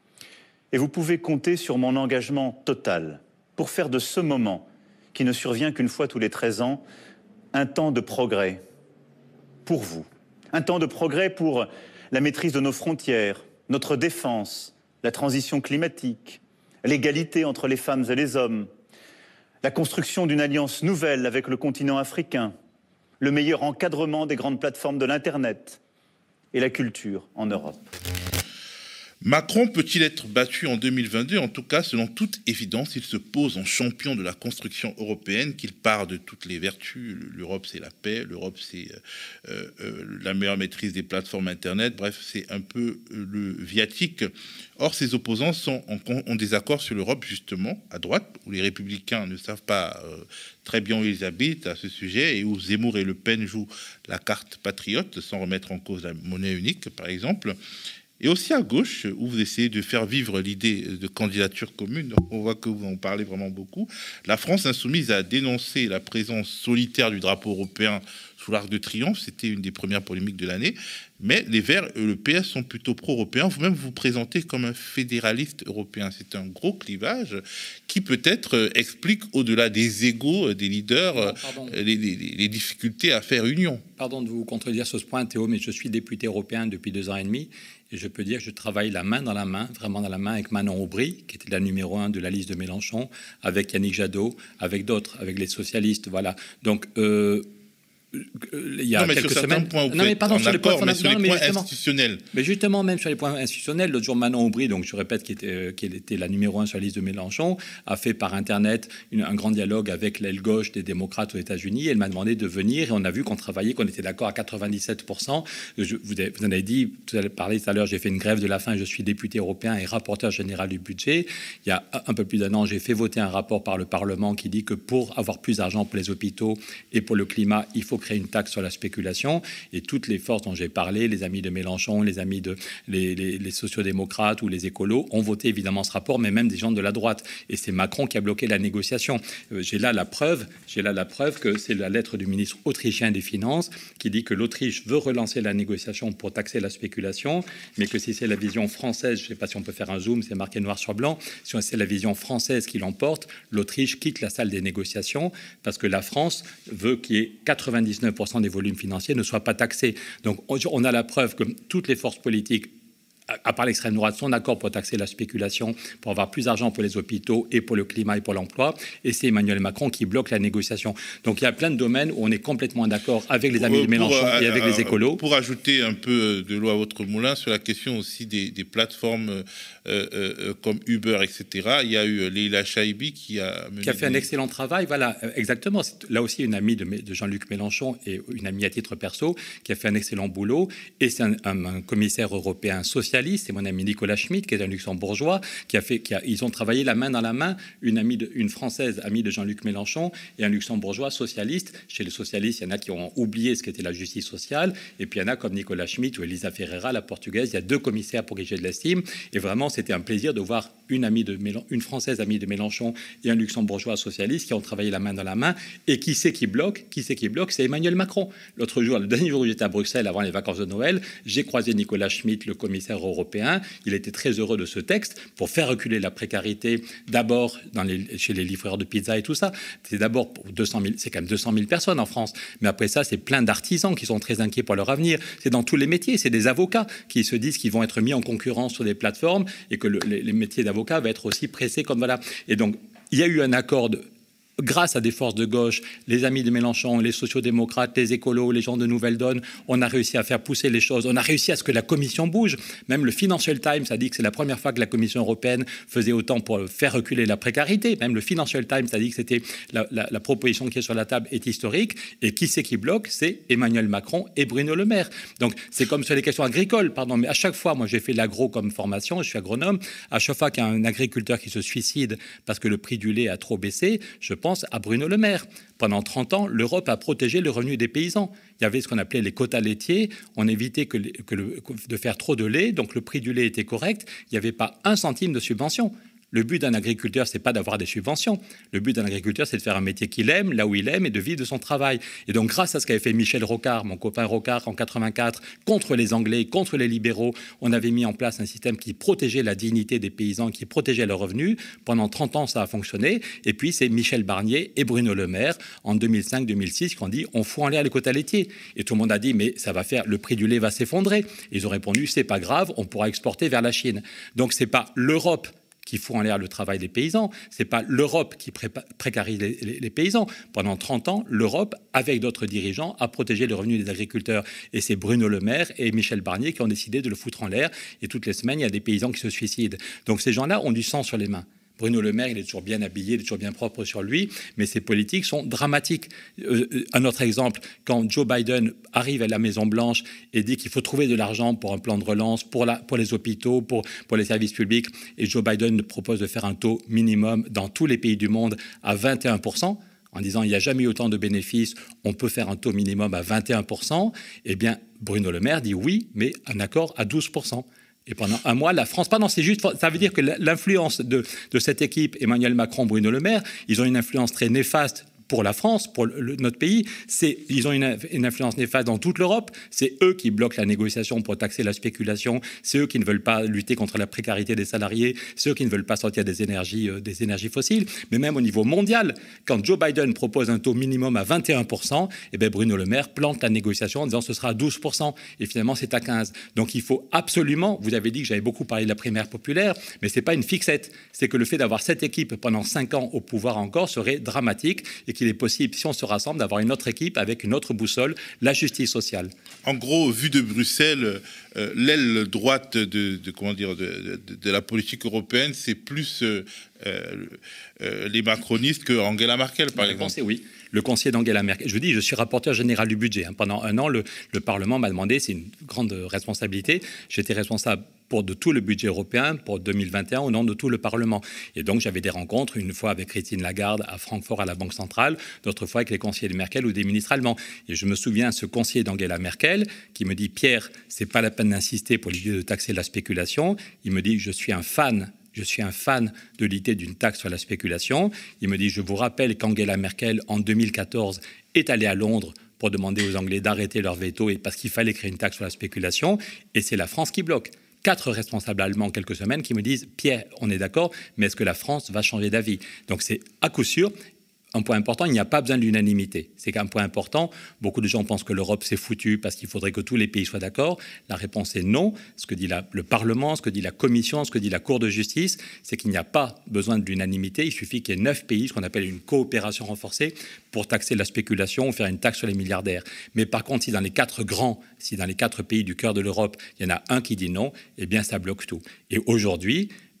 Et vous pouvez compter sur mon engagement total pour faire de ce moment qui ne survient qu'une fois tous les treize ans, un temps de progrès pour vous. Un temps de progrès pour la maîtrise de nos frontières, notre défense, la transition climatique, l'égalité entre les femmes et les hommes, la construction d'une alliance nouvelle avec le continent africain, le meilleur encadrement des grandes plateformes de l'Internet et la culture en Europe. Macron peut-il être battu en deux mille vingt-deux? En tout cas, selon toute évidence, il se pose en champion de la construction européenne, qu'il part de toutes les vertus. L'Europe, c'est la paix. L'Europe, c'est euh, euh, la meilleure maîtrise des plateformes Internet. Bref, c'est un peu le viatique. Or, ses opposants sont en, en désaccord sur l'Europe, justement, à droite, où les Républicains ne savent pas euh, très bien où ils habitent à ce sujet, et où Zemmour et Le Pen jouent la carte patriote, sans remettre en cause la monnaie unique, par exemple. Et aussi à gauche, où vous essayez de faire vivre l'idée de candidature commune, on voit que vous en parlez vraiment beaucoup. La France insoumise a dénoncé la présence solitaire du drapeau européen sous l'Arc de Triomphe. C'était une des premières polémiques de l'année. Mais les Verts et le P S sont plutôt pro-européens. Vous-même vous présentez comme un fédéraliste européen. C'est un gros clivage qui peut-être explique, au-delà des égos des leaders, non, les, les, les difficultés à faire union. Pardon de vous contredire sur ce point, Théo, mais je suis député européen depuis deux ans et demi. Et je peux dire que je travaille la main dans la main, vraiment dans la main, avec Manon Aubry, qui était la numéro un de la liste de Mélenchon, avec Yannick Jadot, avec d'autres, avec les socialistes, voilà. Donc, euh, il y a non, mais quelques sur semaines. Points où non, mais pardon, sur les points, mais sur les non, points mais institutionnels. Mais justement, même sur les points institutionnels, l'autre jour, Manon Aubry, donc je répète qu'elle était, qu'elle était la numéro un sur la liste de Mélenchon, a fait par Internet une, un grand dialogue avec l'aile gauche des démocrates aux États-Unis. Elle m'a demandé de venir et on a vu qu'on travaillait, qu'on était d'accord à quatre-vingt-dix-sept pour cent. Je, vous, avez, vous en avez dit, vous avez parlé tout à l'heure, j'ai fait une grève de la faim, je suis député européen et rapporteur général du budget. Il y a un peu plus d'un an, j'ai fait voter un rapport par le Parlement qui dit que pour avoir plus d'argent pour les hôpitaux et pour le climat, il faut créer une taxe sur la spéculation, et toutes les forces dont j'ai parlé, les amis de Mélenchon, les amis de les, les, les sociodémocrates ou les écolos, ont voté évidemment ce rapport, mais même des gens de la droite. Et c'est Macron qui a bloqué la négociation. Euh, j'ai là la preuve, j'ai là la preuve que c'est la lettre du ministre autrichien des Finances qui dit que l'Autriche veut relancer la négociation pour taxer la spéculation, mais que si c'est la vision française, je ne sais pas si on peut faire un zoom, c'est marqué noir sur blanc, si c'est la vision française qui l'emporte, l'Autriche quitte la salle des négociations parce que la France veut qu'il y ait quatre-vingt-dix-neuf pour cent des volumes financiers ne soient pas taxés. Donc on a la preuve que toutes les forces politiques, à part l'extrême droite, sont d'accord pour taxer la spéculation, pour avoir plus d'argent pour les hôpitaux et pour le climat et pour l'emploi. Et c'est Emmanuel Macron qui bloque la négociation. Donc il y a plein de domaines où on est complètement d'accord avec les amis pour, de Mélenchon pour, et avec euh, les écolos. Pour ajouter un peu de l'eau à votre moulin sur la question aussi des, des plateformes euh, euh, comme Uber, et cetera, il y a eu Leïla Chaibi qui a... Mené qui a fait des... un excellent travail. Voilà, exactement. C'est là aussi une amie de, de Jean-Luc Mélenchon et une amie à titre perso qui a fait un excellent boulot. Et c'est un, un, un commissaire européen social socialistes, c'est mon ami Nicolas Schmitt, qui est un luxembourgeois, qui a fait, qui a, ils ont travaillé la main dans la main, une, amie de, une française amie de Jean-Luc Mélenchon et un luxembourgeois socialiste. Chez les socialistes, il y en a qui ont oublié ce qu'était la justice sociale, et puis il y en a comme Nicolas Schmitt ou Elisa Ferreira, la portugaise. Il y a deux commissaires pour corriger de l'estime, et vraiment, c'était un plaisir de voir une, amie de Mélen- une française amie de Mélenchon et un luxembourgeois socialiste qui ont travaillé la main dans la main. Et qui c'est qui bloque Qui c'est qui bloque C'est Emmanuel Macron. L'autre jour, le dernier jour où j'étais à Bruxelles avant les vacances de Noël, j'ai croisé Nicolas Schmitt, le commissaire européen. Il était très heureux de ce texte pour faire reculer la précarité. D'abord dans les, chez les livreurs de pizza et tout ça. C'est d'abord pour deux cent mille, c'est quand même deux cent mille personnes en France. Mais après ça, c'est plein d'artisans qui sont très inquiets pour leur avenir. C'est dans tous les métiers. C'est des avocats qui se disent qu'ils vont être mis en concurrence sur des plateformes et que le, les, les métiers d'avocat va être aussi pressés comme voilà. Et donc, il y a eu un accord de, grâce à des forces de gauche, les amis de Mélenchon, les sociodémocrates, les écolos, les gens de Nouvelle Donne, on a réussi à faire pousser les choses. On a réussi à ce que la Commission bouge. Même le Financial Times a dit que c'est la première fois que la Commission européenne faisait autant pour faire reculer la précarité. Même le Financial Times a dit que c'était la, la, la proposition qui est sur la table est historique. Et qui c'est qui bloque? C'est Emmanuel Macron et Bruno Le Maire. Donc c'est comme sur les questions agricoles, pardon. Mais à chaque fois, moi j'ai fait l'agro comme formation, je suis agronome. À chaque fois qu'il y a un agriculteur qui se suicide parce que le prix du lait a trop baissé, je pense à Bruno Le Maire. Pendant trente ans, l'Europe a protégé le revenu des paysans. Il y avait ce qu'on appelait les quotas laitiers. On évitait que, que le, de faire trop de lait, donc le prix du lait était correct. Il n'y avait pas un centime de subvention. Le but d'un agriculteur, c'est pas d'avoir des subventions. Le but d'un agriculteur, c'est de faire un métier qu'il aime, là où il aime, et de vivre de son travail. Et donc, grâce à ce qu'avait fait Michel Rocard, mon copain Rocard, en quatre-vingt-quatre, contre les Anglais, contre les libéraux, on avait mis en place un système qui protégeait la dignité des paysans, qui protégeait leurs revenus. Pendant trente ans, ça a fonctionné. Et puis, c'est Michel Barnier et Bruno Le Maire, en deux mille cinq deux mille six, qui ont dit « on fout en l'air les quotas laitiers ». Et tout le monde a dit « mais ça va faire, le prix du lait va s'effondrer ». Ils ont répondu « c'est pas grave, on pourra exporter vers la Chine ». Donc, c'est pas l'Europe qui fout en l'air le travail des paysans. Ce n'est pas l'Europe qui pré- précarise les, les, les paysans. Pendant trente ans, l'Europe, avec d'autres dirigeants, a protégé les revenus des agriculteurs. Et c'est Bruno Le Maire et Michel Barnier qui ont décidé de le foutre en l'air. Et toutes les semaines, il y a des paysans qui se suicident. Donc ces gens-là ont du sang sur les mains. Bruno Le Maire, il est toujours bien habillé, il est toujours bien propre sur lui, mais ses politiques sont dramatiques. Euh, un autre exemple, quand Joe Biden arrive à la Maison-Blanche et dit qu'il faut trouver de l'argent pour un plan de relance, pour, la, pour les hôpitaux, pour, pour les services publics, et Joe Biden propose de faire un taux minimum dans tous les pays du monde à vingt et un pour cent, en disant il n'y a jamais eu autant de bénéfices, on peut faire un taux minimum à vingt et un pour cent, eh bien Bruno Le Maire dit oui, mais un accord à douze pour cent. Et pendant un mois, la France, pardon, c'est juste, ça veut dire que l'influence de, de cette équipe, Emmanuel Macron, Bruno Le Maire, ils ont une influence très néfaste pour la France, pour le, notre pays. C'est, ils ont une, une influence néfaste dans toute l'Europe. C'est eux qui bloquent la négociation pour taxer la spéculation. C'est eux qui ne veulent pas lutter contre la précarité des salariés. C'est eux qui ne veulent pas sortir des énergies, euh, des énergies fossiles. Mais même au niveau mondial, quand Joe Biden propose un taux minimum à vingt et un pour cent, eh bien Bruno Le Maire plante la négociation en disant ce sera à douze pour cent. Et finalement, c'est à quinze pour cent. Donc il faut absolument, vous avez dit que j'avais beaucoup parlé de la primaire populaire, mais ce n'est pas une fixette. C'est que le fait d'avoir cette équipe pendant cinq ans au pouvoir encore serait dramatique et qu'il est possible, si on se rassemble, d'avoir une autre équipe avec une autre boussole, la justice sociale. En gros, vu de Bruxelles, euh, l'aile droite de, de, comment dire, de, de, de la politique européenne, c'est plus euh, euh, les macronistes que Angela Merkel, par La exemple. réponse est oui. Le conseiller d'Angela Merkel. Je dis, je suis rapporteur général du budget. Hein. Pendant un an, le, le Parlement m'a demandé, c'est une grande responsabilité, j'étais responsable pour de tout le budget européen pour deux mille vingt et un au nom de tout le Parlement. Et donc, j'avais des rencontres, une fois avec Christine Lagarde à Francfort à la Banque centrale, d'autres fois avec les conseillers de Merkel ou des ministres allemands. Et je me souviens, ce conseiller d'Angela Merkel qui me dit « Pierre, c'est pas la peine d'insister pour l'idée de taxer la spéculation ». Il me dit « Je suis un fan Je suis un fan de l'idée d'une taxe sur la spéculation. » Il me dit « Je vous rappelle qu'Angela Merkel, en deux mille quatorze, est allée à Londres pour demander aux Anglais d'arrêter leur veto et parce qu'il fallait créer une taxe sur la spéculation. Et c'est la France qui bloque. » Quatre responsables allemands en quelques semaines qui me disent « Pierre, on est d'accord, mais est-ce que la France va changer d'avis ?» Donc c'est à coup sûr. Un point important, il n'y a pas besoin de l'unanimité. C'est qu'un point important, beaucoup de gens pensent que l'Europe c'est foutu parce qu'il faudrait que tous les pays soient d'accord. La réponse est non. Ce que dit la, le Parlement, ce que dit la Commission, ce que dit la Cour de justice, c'est qu'il n'y a pas besoin de l'unanimité. Il suffit qu'il y ait neuf pays, ce qu'on appelle une coopération renforcée, pour taxer la spéculation ou faire une taxe sur les milliardaires. Mais par contre, si dans les quatre grands, si dans les quatre pays du cœur de l'Europe, il y en a un qui dit non, eh bien ça bloque tout. Et aujourd'hui,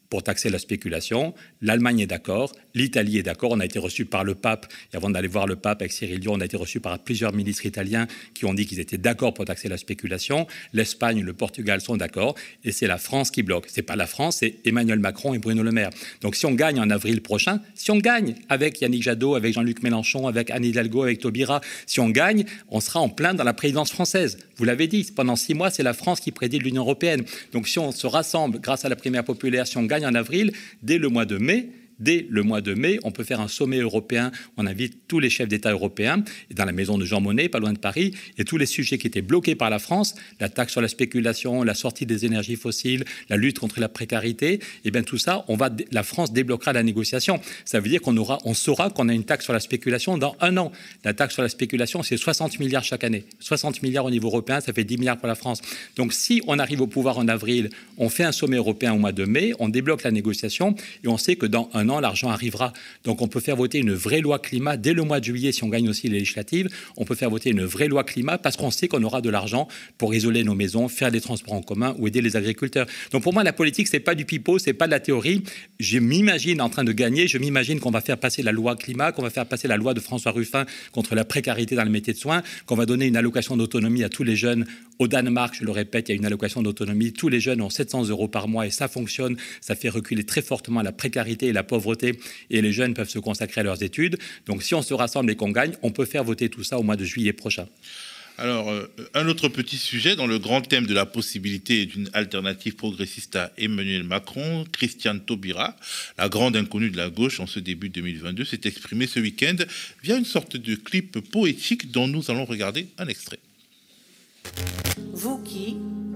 pour taxer la spéculation. L'Allemagne est d'accord, l'Italie est d'accord. On a été reçu par le pape, et avant d'aller voir le pape avec Cyril Dion, on a été reçu par plusieurs ministres italiens qui ont dit qu'ils étaient d'accord pour taxer la spéculation. L'Espagne, le Portugal sont d'accord, et c'est la France qui bloque. C'est pas la France, c'est Emmanuel Macron et Bruno Le Maire. Donc si on gagne en avril prochain, si on gagne avec Yannick Jadot, avec Jean-Luc Mélenchon, avec Anne Hidalgo, avec Taubira, si on gagne, on sera en plein dans la présidence française. Vous l'avez dit, pendant six mois, c'est la France qui préside l'Union européenne. Donc si on se rassemble grâce à la primaire populaire, si on gagne en avril, dès le mois de mai, Dès le mois de mai, on peut faire un sommet européen. On invite tous les chefs d'État européens, et dans la maison de Jean Monnet, pas loin de Paris, et tous les sujets qui étaient bloqués par la France, la taxe sur la spéculation, la sortie des énergies fossiles, la lutte contre la précarité, et bien tout ça, on va, la France débloquera la négociation. Ça veut dire qu'on aura, on saura qu'on a une taxe sur la spéculation dans un an. La taxe sur la spéculation, c'est soixante milliards chaque année. soixante milliards au niveau européen, ça fait dix milliards pour la France. Donc si on arrive au pouvoir en avril, on fait un sommet européen au mois de mai, on débloque la négociation, et on sait que dans un an, l'argent arrivera. Donc on peut faire voter une vraie loi climat dès le mois de juillet si on gagne aussi les législatives. On peut faire voter une vraie loi climat parce qu'on sait qu'on aura de l'argent pour isoler nos maisons, faire des transports en commun ou aider les agriculteurs. Donc pour moi, la politique, c'est pas du pipeau, c'est pas de la théorie. Je m'imagine en train de gagner, je m'imagine qu'on va faire passer la loi climat, qu'on va faire passer la loi de François Ruffin contre la précarité dans le métier de soins, qu'on va donner une allocation d'autonomie à tous les jeunes. Au Danemark, je le répète, il y a une allocation d'autonomie. Tous les jeunes ont sept cents euros par mois et ça fonctionne. Ça fait reculer très fortement la précarité et la pauvreté. Et les jeunes peuvent se consacrer à leurs études. Donc si on se rassemble et qu'on gagne, on peut faire voter tout ça au mois de juillet prochain. Alors, euh, un autre petit sujet dans le grand thème de la possibilité d'une alternative progressiste à Emmanuel Macron, Christiane Taubira, la grande inconnue de la gauche en ce début deux mille vingt-deux, s'est exprimée ce week-end via une sorte de clip poétique dont nous allons regarder un extrait. Vous qui,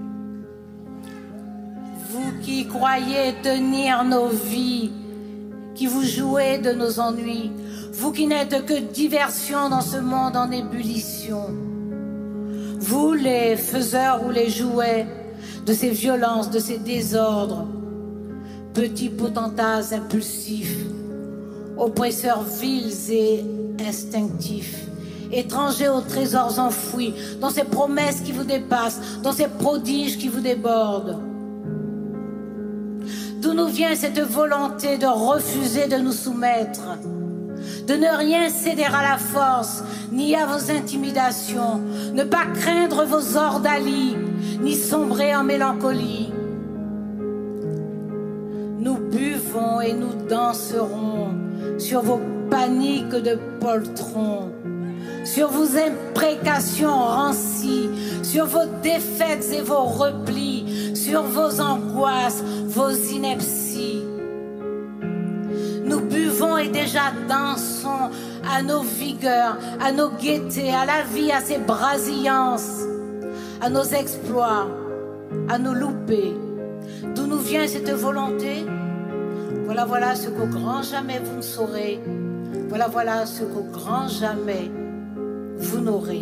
vous qui croyez tenir nos vies, qui vous jouez de nos ennuis, vous qui n'êtes que diversion dans ce monde en ébullition, vous les faiseurs ou les jouets de ces violences, de ces désordres, petits potentats impulsifs, oppresseurs vils et instinctifs, étrangers aux trésors enfouis, dans ces promesses qui vous dépassent, dans ces prodiges qui vous débordent. D'où nous vient cette volonté de refuser de nous soumettre, de ne rien céder à la force, ni à vos intimidations, ne pas craindre vos ordalies, ni sombrer en mélancolie. Nous buvons et nous danserons sur vos paniques de poltrons, sur vos imprécations rancies, sur vos défaites et vos replis, sur vos angoisses, vos inepties. Nous buvons et déjà dansons à nos vigueurs, à nos gaietés, à la vie, à ses brasillances, à nos exploits, à nos loupés. D'où nous vient cette volonté? Voilà, voilà ce qu'au grand jamais vous ne saurez. Voilà, voilà ce qu'au grand jamais vous n'aurez.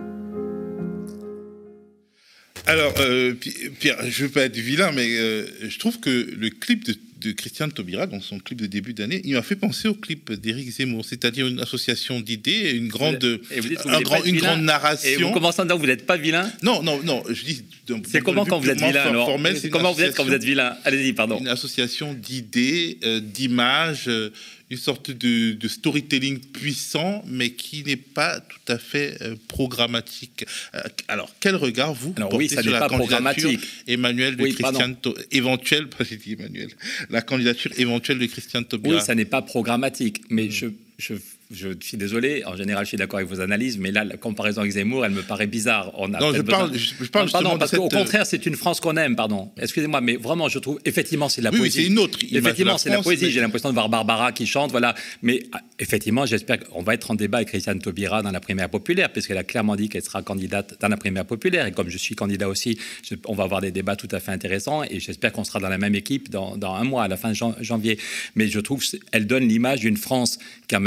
Alors, euh, Pierre, je ne veux pas être vilain, mais euh, je trouve que le clip de, de Christiane Taubira, dans son clip de début d'année, il m'a fait penser au clip d'Éric Zemmour, c'est-à-dire une association d'idées, une grande, et vous dites, vous un grand, une grande narration. Et vous commencez en disant que vous n'êtes pas vilain? Non, non, non, je dis... C'est comment quand vous êtes vilain alors formel, Comment vous êtes quand vous êtes vilain? Allez-y, pardon. Une association d'idées, euh, d'images, euh, une sorte de, de storytelling puissant, mais qui n'est pas tout à fait euh, programmatique. Euh, alors, quel regard vous alors, portez oui, ça sur la candidature Emmanuel de oui, Christiane Taubira, éventuelle, pas j'ai dit Emmanuel, la candidature éventuelle de Christiane Taubira? Oui, ça n'est pas programmatique, mais mmh. je, je, je suis désolé. En général, je suis d'accord avec vos analyses, mais là, la comparaison avec Zemmour, elle me paraît bizarre. On a non, je parle, besoin... je, je parle non, pardon, parce cette... qu'au contraire, c'est une France qu'on aime, pardon. Excusez-moi, mais vraiment, je trouve, effectivement, c'est de la oui, poésie. Oui, c'est une autre image effectivement, c'est de la poésie. Mais... J'ai l'impression de voir Barbara qui chante, voilà. Mais effectivement, j'espère qu'on va être en débat avec Christiane Taubira dans la primaire populaire, puisqu'elle a clairement dit qu'elle sera candidate dans la primaire populaire. Et comme je suis candidat aussi, je, on va avoir des débats tout à fait intéressants. Et j'espère qu'on sera dans la même équipe dans, dans un mois, à la fin de jan- janvier. Mais je trouve qu'elle donne l'image d'une France qui, en même temps, est marquée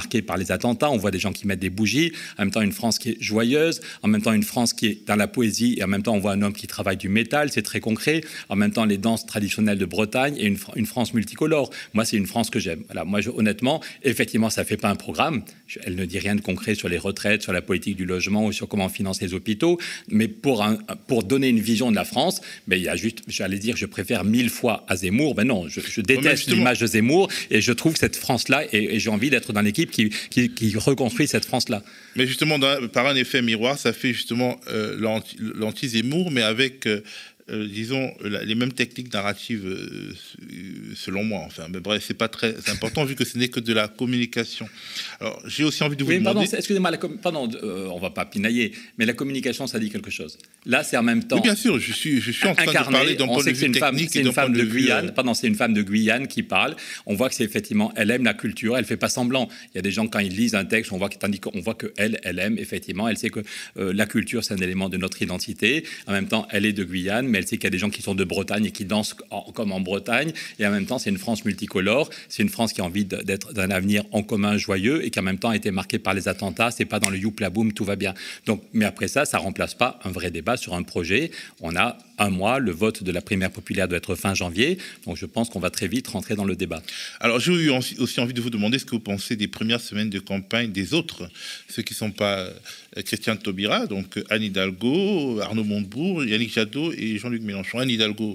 marquée par les attentats. On voit des gens qui mettent des bougies. En même temps, une France qui est joyeuse. En même temps, une France qui est dans la poésie. Et en même temps, on voit un homme qui travaille du métal. C'est très concret. En même temps, les danses traditionnelles de Bretagne et une, une France multicolore. Moi, c'est une France que j'aime. Voilà. Moi, je, honnêtement, effectivement, ça ne fait pas un programme. Je, elle ne dit rien de concret sur les retraites, sur la politique du logement ou sur comment on finance les hôpitaux. Mais pour, un, pour donner une vision de la France, ben, il y a juste, j'allais dire, je préfère mille fois à Zemmour. Ben non, je, je déteste l'image de Zemmour et je trouve cette France-là, et, et j'ai envie d'être dans l'équipe qui, qui, qui reconstruit cette France-là. Mais justement, dans, par un effet miroir, ça fait justement euh, l'anti, l'anti-Zemmour, mais avec... Euh, Euh, disons, la, les mêmes techniques narratives, euh, selon moi. Enfin, mais bref, c'est pas très important vu que ce n'est que de la communication. Alors, j'ai aussi envie de vous oui, demander... Pardon, excusez-moi, la com- pardon, euh, on va pas pinailler, mais la communication, ça dit quelque chose. Là, c'est en même temps... Oui, bien sûr, je suis, je suis en train incarné, de parler d'un point de vue technique femme, et d'un point de, de vue... Guyane, euh... Pardon, c'est une femme de Guyane qui parle. On voit que c'est effectivement, elle aime la culture, elle fait pas semblant. Il y a des gens, quand ils lisent un texte, on voit, tandis qu'on voit qu'elle, elle aime, effectivement, elle sait que euh, la culture, c'est un élément de notre identité. En même temps, elle est de Guyane, mais elle sait qu'il y a des gens qui sont de Bretagne et qui dansent en, comme en Bretagne, et en même temps c'est une France multicolore, c'est une France qui a envie d'être d'un avenir en commun joyeux et qui en même temps a été marquée par les attentats. C'est pas dans le youpla boum, tout va bien. Donc, mais après ça, ça remplace pas un vrai débat sur un projet. On a un mois, le vote de la primaire populaire doit être fin janvier, donc je pense qu'on va très vite rentrer dans le débat. Alors j'ai eu aussi envie de vous demander ce que vous pensez des premières semaines de campagne des autres, ceux qui ne sont pas Christiane Taubira, donc Anne Hidalgo, Arnaud Montebourg, Yannick Jadot et Jean-Luc Mélenchon. Anne Hidalgo,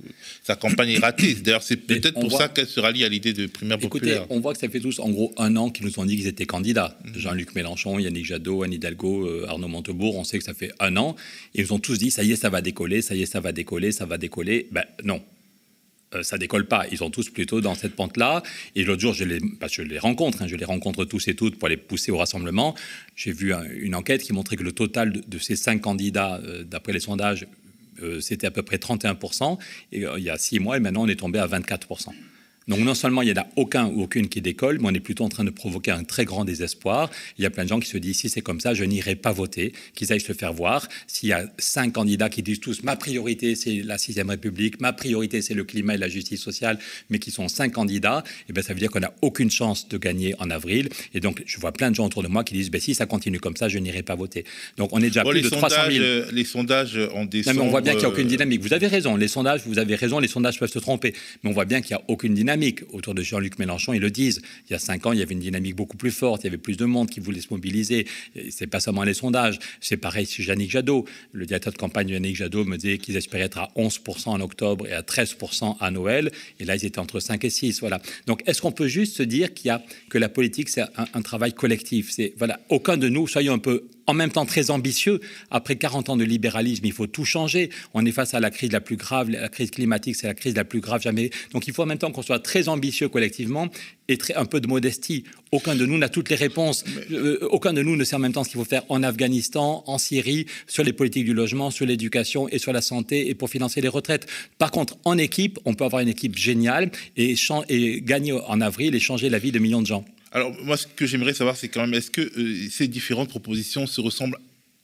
sa campagne est ratée. D'ailleurs, c'est peut-être pour voit... ça qu'elle se rallie à l'idée de primaire populaire. Écoutez, on voit que ça fait tous, en gros, un an qu'ils nous ont dit qu'ils étaient candidats. Mmh. Jean-Luc Mélenchon, Yannick Jadot, Anne Hidalgo, euh, Arnaud Montebourg, on sait que ça fait un an. Ils nous ont tous dit, ça y est, ça va décoller, ça y est, ça va décoller, ça va décoller. Ben non. Euh, ça décolle pas. Ils sont tous plutôt dans cette pente-là. Et l'autre jour, je les, bah, je les rencontre, hein, je les rencontre tous et toutes pour les pousser au rassemblement. J'ai vu un, une enquête qui montrait que le total de, de ces cinq candidats, euh, d'après les sondages, euh, c'était à peu près trente et un pour cent. Et euh, il y a six mois, et maintenant, on est tombé à vingt-quatre pour cent. Donc non seulement il n'y en a aucun ou aucune qui décolle, mais on est plutôt en train de provoquer un très grand désespoir. Il y a plein de gens qui se disent, si c'est comme ça, je n'irai pas voter, qu'ils aillent se faire voir. S'il y a cinq candidats qui disent tous, ma priorité c'est la sixième République, ma priorité c'est le climat et la justice sociale, mais qui sont cinq candidats, et ben ça veut dire qu'on n'a aucune chance de gagner en avril. Et donc je vois plein de gens autour de moi qui disent, ben, si ça continue comme ça, je n'irai pas voter. Donc on est déjà bon, plus de trois cent mille. Euh, les sondages en décembre... Non, mais on voit bien qu'il n'y a aucune dynamique. Vous avez raison, les sondages, vous avez raison, les sondages peuvent se tromper. Mais on voit bien qu'il n'y a aucune dynamique autour de Jean-Luc Mélenchon, ils le disent. Il y a cinq ans, il y avait une dynamique beaucoup plus forte, il y avait plus de monde qui voulait se mobiliser. C'est pas seulement les sondages. C'est pareil chez Yannick Jadot. Le directeur de campagne de Yannick Jadot me disait qu'ils espéraient être à onze pour cent en octobre et à treize pour cent à Noël. Et là, ils étaient entre cinq et six. Voilà. Donc, est-ce qu'on peut juste se dire qu'il y a, que la politique, c'est un, un travail collectif? C'est, voilà, aucun de nous, soyons un peu en même temps très ambitieux. Après quarante ans de libéralisme, il faut tout changer. On est face à la crise la plus grave, la crise climatique, c'est la crise la plus grave jamais. Donc il faut en même temps qu'on soit très ambitieux collectivement et très, un peu de modestie. Aucun de nous n'a toutes les réponses. Mais... Euh, aucun de nous ne sait en même temps ce qu'il faut faire en Afghanistan, en Syrie, sur les politiques du logement, sur l'éducation et sur la santé et pour financer les retraites. Par contre, en équipe, on peut avoir une équipe géniale et, ch- et gagner en avril et changer la vie de millions de gens. Alors, moi, ce que j'aimerais savoir, c'est quand même, est-ce que euh, ces différentes propositions se ressemblent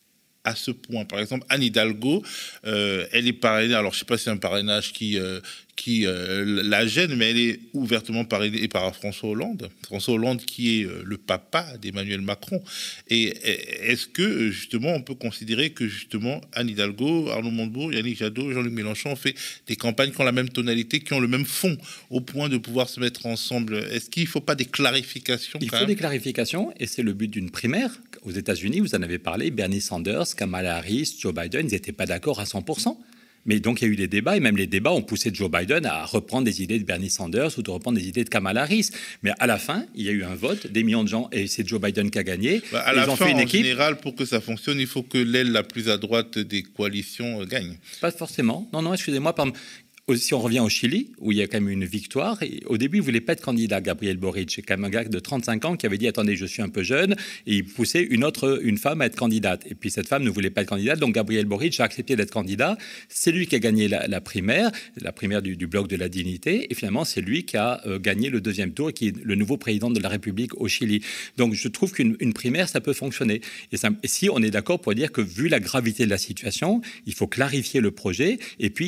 à ce point? Par exemple, Anne Hidalgo, euh, elle est parrainée, alors je ne sais pas si c'est un parrainage qui, euh, qui euh, la gêne, mais elle est ouvertement parrainée par François Hollande. François Hollande qui est euh, le papa d'Emmanuel Macron. Et est-ce que, justement, on peut considérer que, justement, Anne Hidalgo, Arnaud Montebourg, Yannick Jadot, Jean-Luc Mélenchon ont fait des campagnes qui ont la même tonalité, qui ont le même fond, au point de pouvoir se mettre ensemble? Est-ce qu'il ne faut pas des clarifications? Il faut des clarifications, et c'est le but d'une primaire. Aux États-Unis, vous en avez parlé, Bernie Sanders, Kamala Harris, Joe Biden, ils n'étaient pas d'accord à cent pour cent. Mais donc, il y a eu des débats, et même les débats ont poussé Joe Biden à reprendre des idées de Bernie Sanders ou de reprendre des idées de Kamala Harris. Mais à la fin, il y a eu un vote, des millions de gens, et c'est Joe Biden qui a gagné. Bah, à ils la ont fin, fait une en équipe. général, pour que ça fonctionne, il faut que l'aile la plus à droite des coalitions gagne. Pas forcément. Non, non, excusez-moi, par exemple, si on revient au Chili, où il y a quand même une victoire, et au début, il ne voulait pas être candidat, Gabriel Boric. C'est quand même un gars de trente-cinq ans qui avait dit « Attendez, je suis un peu jeune », et il poussait une autre, une femme à être candidate. Et puis cette femme ne voulait pas être candidate, donc Gabriel Boric a accepté d'être candidat. C'est lui qui a gagné la, la primaire, la primaire du, du Bloc de la Dignité, et finalement, c'est lui qui a euh, gagné le deuxième tour, et qui est le nouveau président de la République au Chili. Donc je trouve qu'une une primaire, ça peut fonctionner. Et, ça, et si on est d'accord pour dire que, vu la gravité de la situation, il faut clarifier le projet, et puis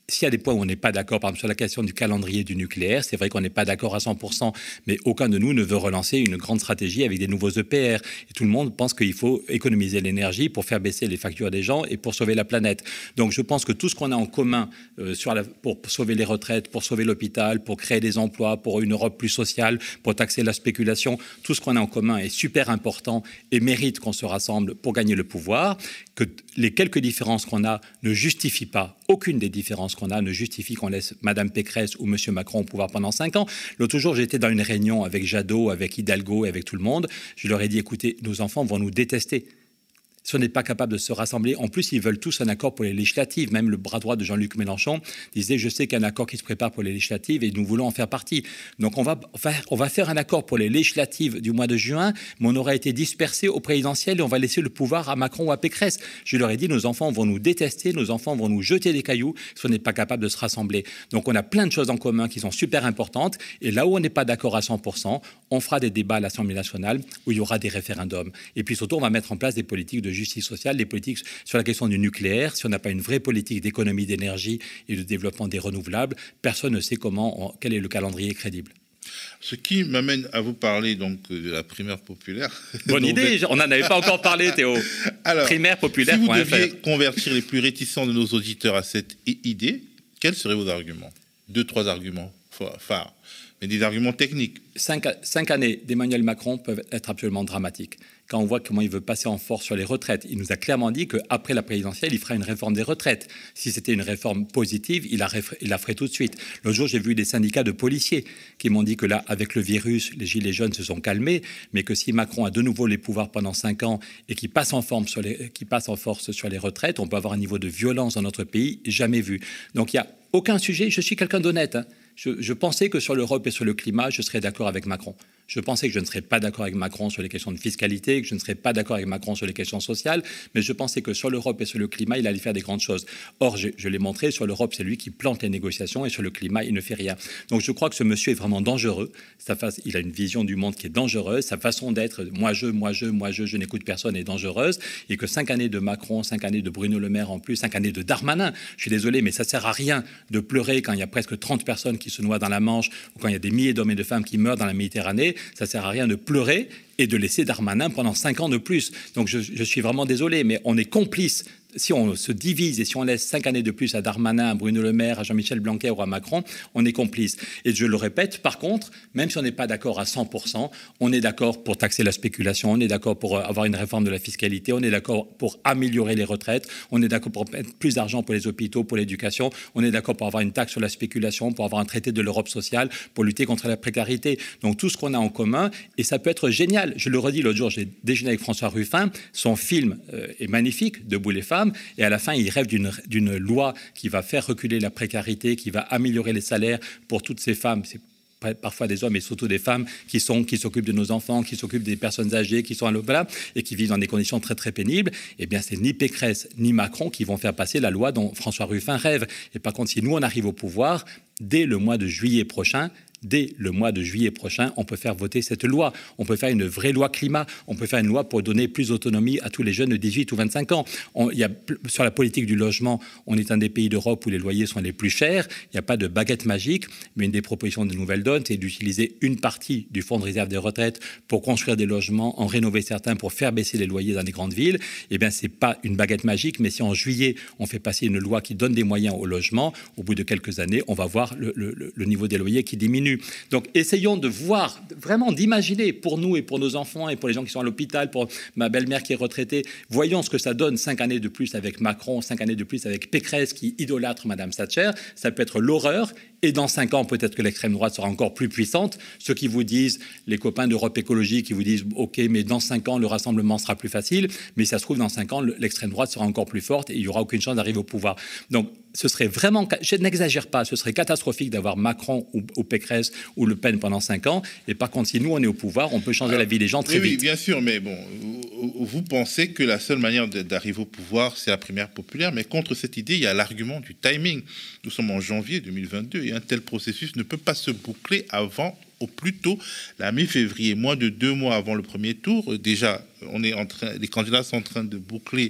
s'il y a des points où on n'est pas d'accord, par exemple sur la question du calendrier du nucléaire, c'est vrai qu'on n'est pas d'accord à cent pour cent, mais aucun de nous ne veut relancer une grande stratégie avec des nouveaux E P R. Et tout le monde pense qu'il faut économiser l'énergie pour faire baisser les factures des gens et pour sauver la planète. Donc je pense que tout ce qu'on a en commun euh, sur la, pour sauver les retraites, pour sauver l'hôpital, pour créer des emplois, pour une Europe plus sociale, pour taxer la spéculation, tout ce qu'on a en commun est super important et mérite qu'on se rassemble pour gagner le pouvoir, que les quelques différences qu'on a ne justifient pas, aucune des différences qu'on a ne justifie qu'on laisse Mme Pécresse ou M. Macron au pouvoir pendant cinq ans. L'autre jour, j'étais dans une réunion avec Jadot, avec Hidalgo et avec tout le monde. Je leur ai dit, écoutez, nos enfants vont nous détester. Si on n'est pas capable de se rassembler, en plus, ils veulent tous un accord pour les législatives. Même le bras droit de Jean-Luc Mélenchon disait, je sais qu'il y a un accord qui se prépare pour les législatives et nous voulons en faire partie. Donc on va faire, on va faire un accord pour les législatives du mois de juin, mais on aura été dispersé au présidentiel et on va laisser le pouvoir à Macron ou à Pécresse. Je leur ai dit, nos enfants vont nous détester, nos enfants vont nous jeter des cailloux si on n'est pas capable de se rassembler. Donc on a plein de choses en commun qui sont super importantes. Et là où on n'est pas d'accord à cent pour cent, on fera des débats à l'Assemblée nationale où il y aura des référendums. Et puis surtout, on va mettre en place des politiques de justice sociale, des politiques sur la question du nucléaire. Si on n'a pas une vraie politique d'économie d'énergie et de développement des renouvelables, personne ne sait comment, on, quel est le calendrier crédible. Ce qui m'amène à vous parler donc de la primaire populaire. Bonne idée, on n'en avait pas encore parlé, Théo. Alors, primaire populaire. Si vous deviez convertir les plus réticents de nos auditeurs à cette idée, quels seraient vos arguments? Deux, trois arguments phares, mais des arguments techniques. Cinq, cinq années d'Emmanuel Macron peuvent être absolument dramatiques. Quand on voit comment il veut passer en force sur les retraites, il nous a clairement dit qu'après la présidentielle, il fera une réforme des retraites. Si c'était une réforme positive, il la, il la ferait tout de suite. L'autre jour, j'ai vu des syndicats de policiers qui m'ont dit que là, avec le virus, les gilets jaunes se sont calmés, mais que si Macron a de nouveau les pouvoirs pendant cinq ans et qu'il passe en forme sur les, qu'il passe en force sur les retraites, on peut avoir un niveau de violence dans notre pays jamais vu. Donc il n'y a aucun sujet. Je suis quelqu'un d'honnête, hein. Je, je pensais que sur l'Europe et sur le climat, je serais d'accord avec Macron. Je pensais que je ne serais pas d'accord avec Macron sur les questions de fiscalité, que je ne serais pas d'accord avec Macron sur les questions sociales, mais je pensais que sur l'Europe et sur le climat, il allait faire des grandes choses. Or, je, je l'ai montré, sur l'Europe, c'est lui qui plante les négociations et sur le climat, il ne fait rien. Donc je crois que ce monsieur est vraiment dangereux. Sa face, il a une vision du monde qui est dangereuse. Sa façon d'être, moi je, moi je, moi je, je n'écoute personne, est dangereuse. Et que cinq années de Macron, cinq années de Bruno Le Maire en plus, cinq années de Darmanin, je suis désolé, mais ça ne sert à rien de pleurer quand il y a presque trente personnes qui se noient dans la Manche ou quand il y a des milliers d'hommes et de femmes qui meurent dans la Méditerranée. Ça ne sert à rien de pleurer et de laisser Darmanin pendant cinq ans de plus. Donc je, je suis vraiment désolé, mais on est complice. Si on se divise et si on laisse cinq années de plus à Darmanin, à Bruno Le Maire, à Jean-Michel Blanquer ou à Macron, on est complice. Et je le répète, par contre, même si on n'est pas d'accord à cent pour cent, on est d'accord pour taxer la spéculation, on est d'accord pour avoir une réforme de la fiscalité, on est d'accord pour améliorer les retraites, on est d'accord pour mettre plus d'argent pour les hôpitaux, pour l'éducation, on est d'accord pour avoir une taxe sur la spéculation, pour avoir un traité de l'Europe sociale, pour lutter contre la précarité. Donc tout ce qu'on a en commun, et ça peut être génial. Je le redis l'autre jour, j'ai déjeuné avec François Ruffin, son film euh, est magnifique, Debout les femmes, et à la fin, il rêve d'une, d'une loi qui va faire reculer la précarité, qui va améliorer les salaires pour toutes ces femmes. C'est parfois des hommes, mais surtout des femmes qui sont qui s'occupent de nos enfants, qui s'occupent des personnes âgées, qui sont à l'hôpital et qui vivent dans des conditions très très pénibles. Eh bien, c'est ni Pécresse ni Macron qui vont faire passer la loi dont François Ruffin rêve. Et par contre, si nous on arrive au pouvoir dès le mois de juillet prochain. Dès le mois de juillet prochain, on peut faire voter cette loi. On peut faire une vraie loi climat. On peut faire une loi pour donner plus d'autonomie à tous les jeunes de dix-huit ou vingt-cinq ans. On, il y a, sur la politique du logement, on est un des pays d'Europe où les loyers sont les plus chers. Il n'y a pas de baguette magique, mais une des propositions de Nouvelle Donne, c'est d'utiliser une partie du fonds de réserve des retraites pour construire des logements, en rénover certains pour faire baisser les loyers dans les grandes villes. Eh bien, ce n'est pas une baguette magique, mais si en juillet, on fait passer une loi qui donne des moyens au logement, au bout de quelques années, on va voir le, le, le niveau des loyers qui diminue. Donc, essayons de voir, vraiment d'imaginer pour nous et pour nos enfants et pour les gens qui sont à l'hôpital, pour ma belle-mère qui est retraitée, voyons ce que ça donne cinq années de plus avec Macron, cinq années de plus avec Pécresse qui idolâtre Madame Thatcher. Ça peut être l'horreur. Et dans cinq ans, peut-être que l'extrême droite sera encore plus puissante. Ceux qui vous disent, les copains d'Europe Écologie, qui vous disent, OK, mais dans cinq ans, le rassemblement sera plus facile. Mais ça se trouve, dans cinq ans, l'extrême droite sera encore plus forte et il n'y aura aucune chance d'arriver au pouvoir. Donc, ce serait vraiment, je n'exagère pas, ce serait catastrophique d'avoir Macron ou, ou Pécresse ou Le Pen pendant cinq ans. Et par contre, si nous, on est au pouvoir, on peut changer Alors, la vie des gens très oui, vite. Oui, bien sûr, mais bon, vous, vous pensez que la seule manière d'arriver au pouvoir, c'est la primaire populaire. Mais contre cette idée, il y a l'argument du timing. Nous sommes en janvier deux mille vingt-deux et un tel processus ne peut pas se boucler avant, au plus tôt, la mi-février, moins de deux mois avant le premier tour. Déjà, on est en train, les candidats sont en train de boucler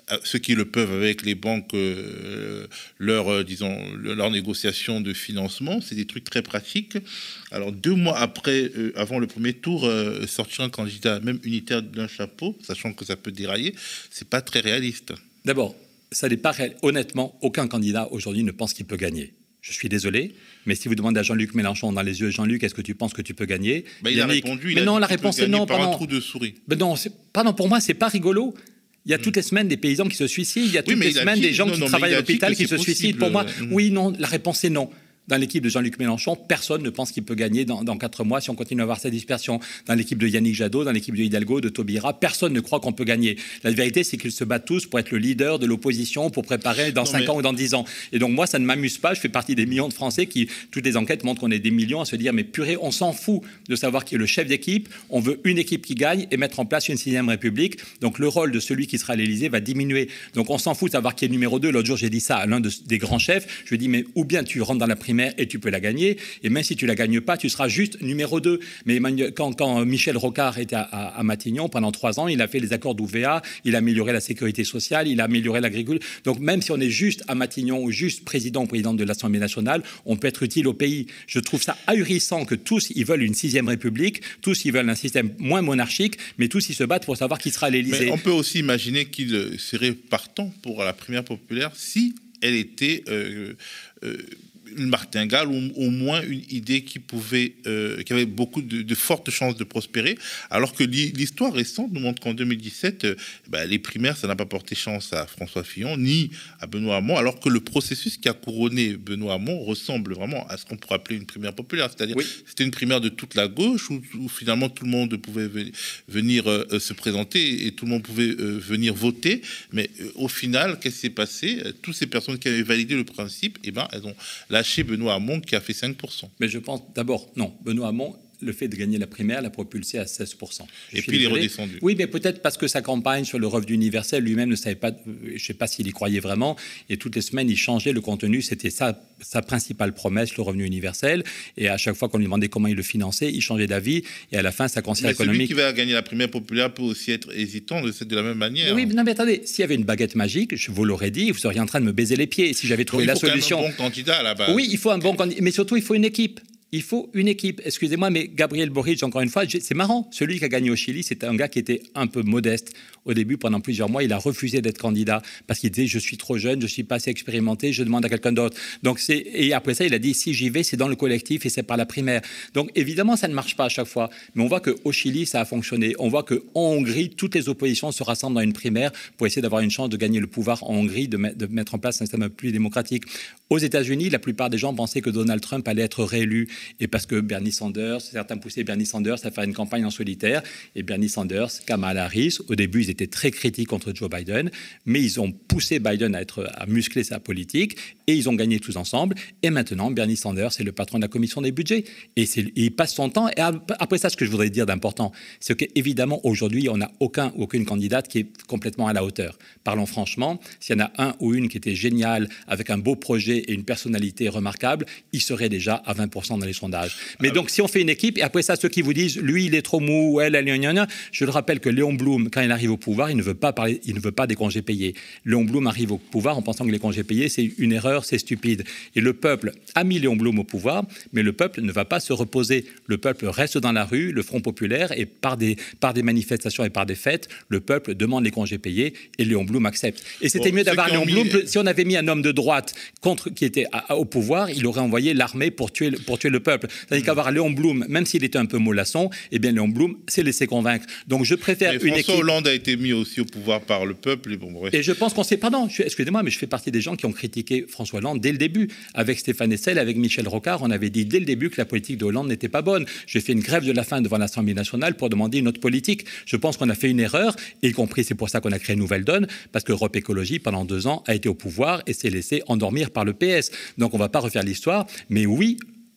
ceux qui le peuvent avec les banques, euh, leur, euh, disons, leur négociation de financement. C'est des trucs très pratiques. Alors, deux mois après, euh, avant le premier tour, euh, sortir un candidat, même unitaire d'un chapeau, sachant que ça peut dérailler, c'est pas très réaliste. D'abord, ça n'est pas réel. Honnêtement, aucun candidat aujourd'hui ne pense qu'il peut gagner. Je suis désolé, mais si vous demandez à Jean-Luc Mélenchon dans les yeux, Jean-Luc, est-ce que tu penses que tu peux gagner? bah, Il Yannick, a répondu. Il mais a non, dit la réponse est non. Par Pendant... un trou de souris. Mais non, pardon, pour moi, c'est pas rigolo. Il y a mmh. toutes les semaines des paysans qui se suicident. Il y a toutes oui, les semaines dit... des gens non, qui non, travaillent à l'hôpital qui se possible. suicident. Pour moi, mmh. oui, non, la réponse est non. Dans l'équipe de Jean-Luc Mélenchon, personne ne pense qu'il peut gagner dans, dans quatre mois si on continue à avoir sa dispersion. Dans l'équipe de Yannick Jadot, dans l'équipe de Hidalgo, de Taubira, personne ne croit qu'on peut gagner. La vérité, c'est qu'ils se battent tous pour être le leader de l'opposition, pour préparer dans cinq mais... ans ou dans dix ans. Et donc moi, ça ne m'amuse pas. Je fais partie des millions de Français qui, toutes les enquêtes montrent qu'on est des millions à se dire, mais purée, on s'en fout de savoir qui est le chef d'équipe. On veut une équipe qui gagne et mettre en place une sixième République. Donc le rôle de celui qui sera à l'Élysée va diminuer. Donc on s'en fout de savoir qui est numéro deux. L'autre jour, j'ai dit ça à l'un de, des grands chefs. Je lui ai dit, mais ou bien tu rentres dans la primaire et tu peux la gagner, et même si tu la gagnes pas, tu seras juste numéro deux. Mais quand, quand Michel Rocard était à, à, à Matignon, pendant trois ans, il a fait les accords d'O V A, il a amélioré la sécurité sociale, il a amélioré l'agriculture. Donc même si on est juste à Matignon ou juste président ou présidente de l'Assemblée nationale, on peut être utile au pays. Je trouve ça ahurissant que tous, ils veulent une sixième République, tous, ils veulent un système moins monarchique, mais tous, ils se battent pour savoir qui sera à l'Élysée. Mais on peut aussi imaginer qu'il serait partant pour la primaire populaire si elle était... Euh, euh, une martingale ou au moins une idée qui pouvait, euh, qui avait beaucoup de, de fortes chances de prospérer, alors que l'histoire récente nous montre qu'en deux mille dix-sept, euh, bah, les primaires, ça n'a pas porté chance à François Fillon ni à Benoît Hamon, alors que le processus qui a couronné Benoît Hamon ressemble vraiment à ce qu'on pourrait appeler une primaire populaire, c'est-à-dire oui. c'était une primaire de toute la gauche où, où finalement tout le monde pouvait venir euh, se présenter et tout le monde pouvait euh, venir voter, mais euh, au final, qu'est-ce qui s'est passé? Toutes ces personnes qui avaient validé le principe, eh ben, elles ont lâché Benoît Hamon qui a fait cinq pour cent. Mais je pense d'abord, non, Benoît Hamon, le fait de gagner la primaire l'a propulsé à seize pour cent. Je Et puis désolé. Il est redescendu. Oui, mais peut-être parce que sa campagne sur le revenu universel, lui-même ne savait pas, je ne sais pas s'il y croyait vraiment, et toutes les semaines, il changeait le contenu, c'était sa, sa principale promesse, le revenu universel, et à chaque fois qu'on lui demandait comment il le finançait, il changeait d'avis, et à la fin, sa conseillère économique... Celui qui va gagner la primaire populaire peut aussi être hésitant de, de la même manière. Oui, non mais attendez, s'il y avait une baguette magique, je vous l'aurais dit, vous seriez en train de me baiser les pieds, si j'avais trouvé la solution... Il faut un bon candidat à la base. Oui, il faut un bon candidat, mais surtout, il faut une équipe. Il faut une équipe. Excusez-moi, mais Gabriel Boric, encore une fois, c'est marrant. Celui qui a gagné au Chili, c'était un gars qui était un peu modeste. Au début, pendant plusieurs mois, il a refusé d'être candidat parce qu'il disait « je suis trop jeune, je ne suis pas assez expérimenté, je demande à quelqu'un d'autre ». Donc c'est et après ça, il a dit « si j'y vais, c'est dans le collectif et c'est par la primaire ». Donc évidemment, ça ne marche pas à chaque fois. Mais on voit qu'au Chili, ça a fonctionné. On voit qu'en Hongrie, toutes les oppositions se rassemblent dans une primaire pour essayer d'avoir une chance de gagner le pouvoir en Hongrie, de, de mettre en place un système plus démocratique. Aux États-Unis, la plupart des gens pensaient que Donald Trump allait être réélu. Et parce que Bernie Sanders, certains poussaient Bernie Sanders à faire une campagne en solitaire. Et Bernie Sanders, Kamala Harris, au début, ils étaient très critiques contre Joe Biden, mais ils ont poussé Biden à, être, à muscler sa politique et ils ont gagné tous ensemble. Et maintenant, Bernie Sanders est le patron de la commission des budgets. Et, et il passe son temps. Et après ça, ce que je voudrais dire d'important, c'est qu'évidemment, aujourd'hui, on n'a aucun, aucune candidate qui est complètement à la hauteur. Parlons franchement, s'il y en a un ou une qui était génial, avec un beau projet et une personnalité remarquable, il serait déjà à vingt pour cent dans les sondages. Mais ah donc, oui. si on fait une équipe, et après ça, ceux qui vous disent, lui, il est trop mou, elle, elle, elle, elle, je le rappelle que Léon Blum, quand il arrive au pouvoir, il ne veut pas parler, il ne veut pas des congés payés. Léon Blum arrive au pouvoir en pensant que les congés payés, c'est une erreur, c'est stupide. Et le peuple a mis Léon Blum au pouvoir, mais le peuple ne va pas se reposer. Le peuple reste dans la rue, le Front populaire, et par des, par des manifestations et par des fêtes, le peuple demande les congés payés, et Léon Blum accepte. Et c'était bon, mieux d'avoir Léon Blum, mis... si on avait mis un homme de droite contre, qui était à, à, au pouvoir, il aurait envoyé l'armée pour tuer, pour tuer le peuple. C'est-à-dire mmh. qu'avoir Léon Blum, même s'il était un peu mollasson, eh bien Léon Blum s'est laissé convaincre. Donc je préfère mais une François équipe... Hollande a été mis aussi au pouvoir par le peuple. Et, bon, bref. et je pense qu'on sait, pardon, je, excusez-moi, mais je fais partie des gens qui ont critiqué François Hollande dès le début. Avec Stéphane Hessel, avec Michel Rocard, on avait dit dès le début que la politique de Hollande n'était pas bonne. J'ai fait une grève de la faim devant l'Assemblée nationale pour demander une autre politique. Je pense qu'on a fait une erreur, y compris c'est pour ça qu'on a créé Nouvelle Donne, parce que Europe Écologie, pendant deux ans, a été au pouvoir et s'est laissé endormir par le P S. Donc on ne va pas refaire l'histoire, mais oui,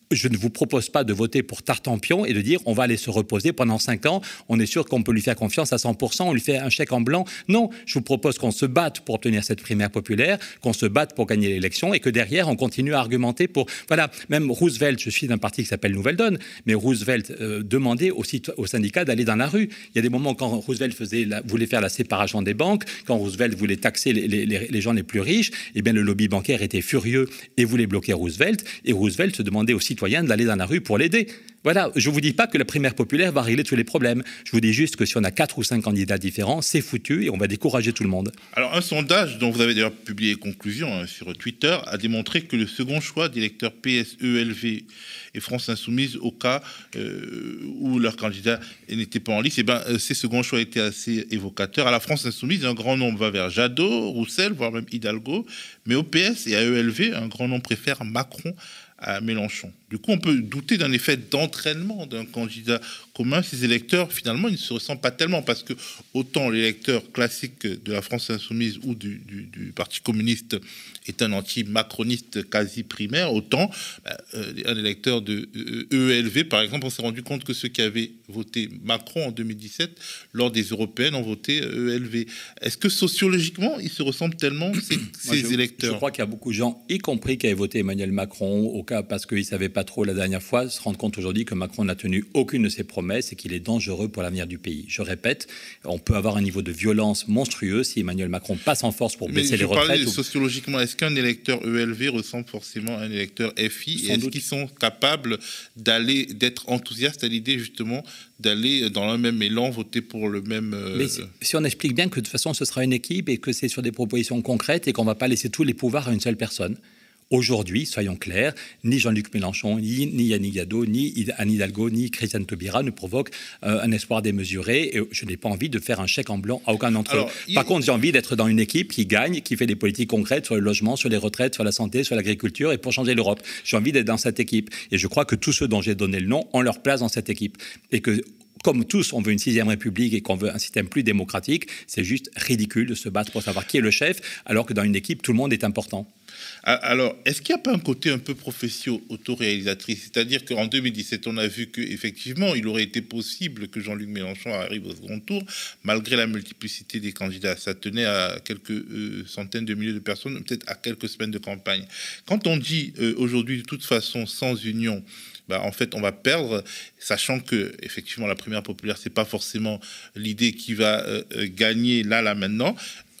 je ne vous propose pas de voter pour Tartampion et de dire on va aller se reposer pendant cinq ans, on est sûr qu'on peut lui faire confiance à cent pour cent, on lui fait un chèque en blanc. Non, je vous propose qu'on se batte pour obtenir cette primaire populaire, qu'on se batte pour gagner l'élection et que derrière on continue à argumenter pour... Voilà, même Roosevelt, je suis d'un parti qui s'appelle Nouvelle Donne, mais Roosevelt euh, demandait aussi aux syndicats d'aller dans la rue. Il y a des moments quand Roosevelt faisait la, voulait faire la séparation des banques, quand Roosevelt voulait taxer les, les, les gens les plus riches, eh bien le lobby bancaire était furieux et voulait bloquer Roosevelt, et Roosevelt se demandait aux citoyens d'aller dans la rue pour l'aider. Voilà, je ne vous dis pas que la primaire populaire va régler tous les problèmes. Je vous dis juste que si on a quatre ou cinq candidats différents, c'est foutu et on va décourager tout le monde. Alors, un sondage dont vous avez d'ailleurs publié les conclusions hein, sur Twitter a démontré que le second choix des électeurs P S E L V et France Insoumise, au cas euh, où leur candidat n'était pas en lice, eh ben, ces seconds choix étaient assez évocateurs. À la France Insoumise, un grand nombre va vers Jadot, Roussel, voire même Hidalgo, mais au P S et à E L V, un grand nombre préfère Macron à Mélenchon. Du coup, on peut douter d'un effet d'entraînement d'un candidat commun. Ces électeurs, finalement, ils ne se ressemblent pas tellement parce que autant l'électeur classique de la France Insoumise ou du, du, du Parti communiste est un anti-macroniste quasi primaire, autant bah, euh, un électeur de euh, E L V, par exemple, on s'est rendu compte que ceux qui avaient voté Macron en deux mille dix-sept, lors des européennes, ont voté E L V. Est-ce que sociologiquement, ils se ressemblent tellement, ces, ces je, électeurs? Je crois qu'il y a beaucoup de gens, y compris qui avaient voté Emmanuel Macron, au cas parce qu'ils ne savaient pas trop la dernière fois, se rendent compte aujourd'hui que Macron n'a tenu aucune de ses promesses et qu'il est dangereux pour l'avenir du pays. Je répète, on peut avoir un niveau de violence monstrueux si Emmanuel Macron passe en force pour baisser Mais les retraites. Ou... Sociologiquement, est-ce qu'un électeur E L V ressemble forcément à un électeur F I? Est-ce qu'ils sont capables d'aller, d'être enthousiastes à l'idée justement d'aller dans le même élan voter pour le même... Euh... Mais si, si on explique bien que de toute façon ce sera une équipe et que c'est sur des propositions concrètes et qu'on ne va pas laisser tous les pouvoirs à une seule personne. Aujourd'hui, soyons clairs, ni Jean-Luc Mélenchon, ni, ni Yannick Jadot, ni Anne Hidalgo, ni Christiane Taubira ne provoquent euh, un espoir démesuré. Et je n'ai pas envie de faire un chèque en blanc à aucun d'entre eux. Par il... contre, j'ai envie d'être dans une équipe qui gagne, qui fait des politiques concrètes sur le logement, sur les retraites, sur la santé, sur l'agriculture et pour changer l'Europe. J'ai envie d'être dans cette équipe. Et je crois que tous ceux dont j'ai donné le nom ont leur place dans cette équipe. Et que... Comme tous, on veut une sixième république et qu'on veut un système plus démocratique, c'est juste ridicule de se battre pour savoir qui est le chef, alors que dans une équipe, tout le monde est important. Alors, est-ce qu'il n'y a pas un côté un peu prophétio-autoréalisatrice? C'est-à-dire qu'en deux mille dix-sept, on a vu qu'effectivement, il aurait été possible que Jean-Luc Mélenchon arrive au second tour, malgré la multiplicité des candidats. Ça tenait à quelques euh, centaines de milliers de personnes, peut-être à quelques semaines de campagne. Quand on dit euh, aujourd'hui, de toute façon, sans union, bah, en fait, on va perdre, sachant que effectivement la primaire populaire, c'est pas forcément l'idée qui va euh, gagner là, là, maintenant.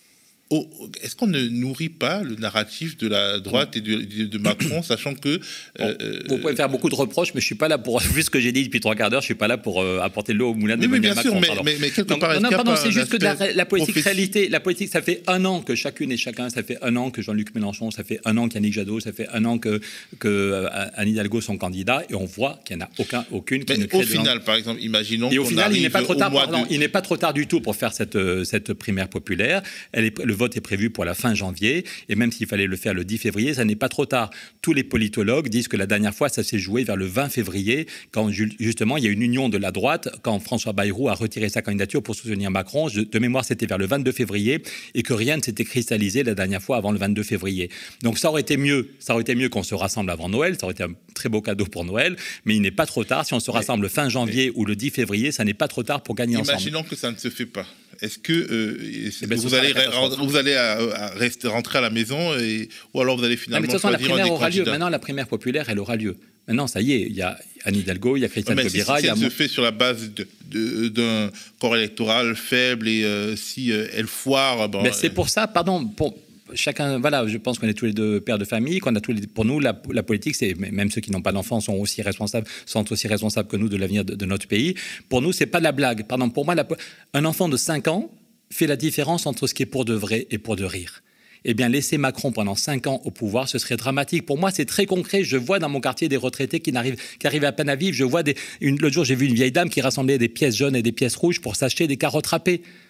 Oh, est-ce qu'on ne nourrit pas le narratif de la droite et de, de, de Macron, sachant que... Euh, bon, vous pouvez faire beaucoup de reproches, mais je ne suis pas là pour... Vu ce que j'ai dit depuis trois quarts d'heure, je ne suis pas là pour euh, apporter de l'eau au moulin de Emmanuel Macron. Oui, bien sûr, mais, mais, mais quelque Donc, part... Non, non, pardon, c'est juste que la, la politique prophétie. réalité, la politique, ça fait un an que chacune et chacun, ça fait un an que Jean-Luc Mélenchon, ça fait un an qu'Yannick Jadot, ça fait un an que, que euh, Anne Hidalgo sont candidats, et on voit qu'il n'y en a aucun, aucune qui mais ne crée au de final, par exemple, imaginons Et au qu'on final, il n'est pas trop tard, pardon, de... il n'est pas trop tard du tout pour faire cette, cette primaire populaire. Elle est, le vote est prévu pour la fin janvier, et même s'il fallait le faire le dix février, ça n'est pas trop tard. Tous les politologues disent que la dernière fois, ça s'est joué vers le vingt février, quand justement il y a une union de la droite, quand François Bayrou a retiré sa candidature pour soutenir Macron. De mémoire, c'était vers le vingt-deux février, et que rien ne s'était cristallisé la dernière fois avant le vingt-deux février. Donc ça aurait été mieux, ça aurait été mieux qu'on se rassemble avant Noël, ça aurait été un très beau cadeau pour Noël, mais il n'est pas trop tard. Si on se rassemble mais, fin janvier mais, ou le dix février, ça n'est pas trop tard pour gagner imaginons ensemble. Imaginons que ça ne se fait pas. Est-ce que euh, eh ben, vous, allez vous allez à, à rester, rentrer à la maison et, ou alors vous allez finalement non, mais de toute façon, choisir la primaire un des aura lieu. candidats? Maintenant, la primaire populaire, elle aura lieu. Maintenant, ça y est, il y a Anne Hidalgo, il y a Christiane non, Taubira. Si, si il y a elle mon... se fait sur la base de, de, d'un corps électoral faible et euh, si euh, elle foire... Bon, mais c'est pour ça, pardon... Pour... Chacun, voilà, je pense qu'on est tous les deux pères de famille, qu'on a tous les, pour nous, la, la politique, c'est même ceux qui n'ont pas d'enfants sont aussi responsables, sont aussi responsables que nous de l'avenir de, de notre pays. Pour nous, c'est pas de la blague. Pardon, pour moi, la, un enfant de cinq ans fait la différence entre ce qui est pour de vrai et pour de rire. Eh bien, laisser Macron pendant cinq ans au pouvoir, ce serait dramatique. Pour moi, c'est très concret. Je vois dans mon quartier des retraités qui n'arrivent, qui arrivent à peine à vivre. Je vois des, une, l'autre jour, j'ai vu une vieille dame qui rassemblait des pièces jaunes et des pièces rouges pour s'acheter des carottes râpées.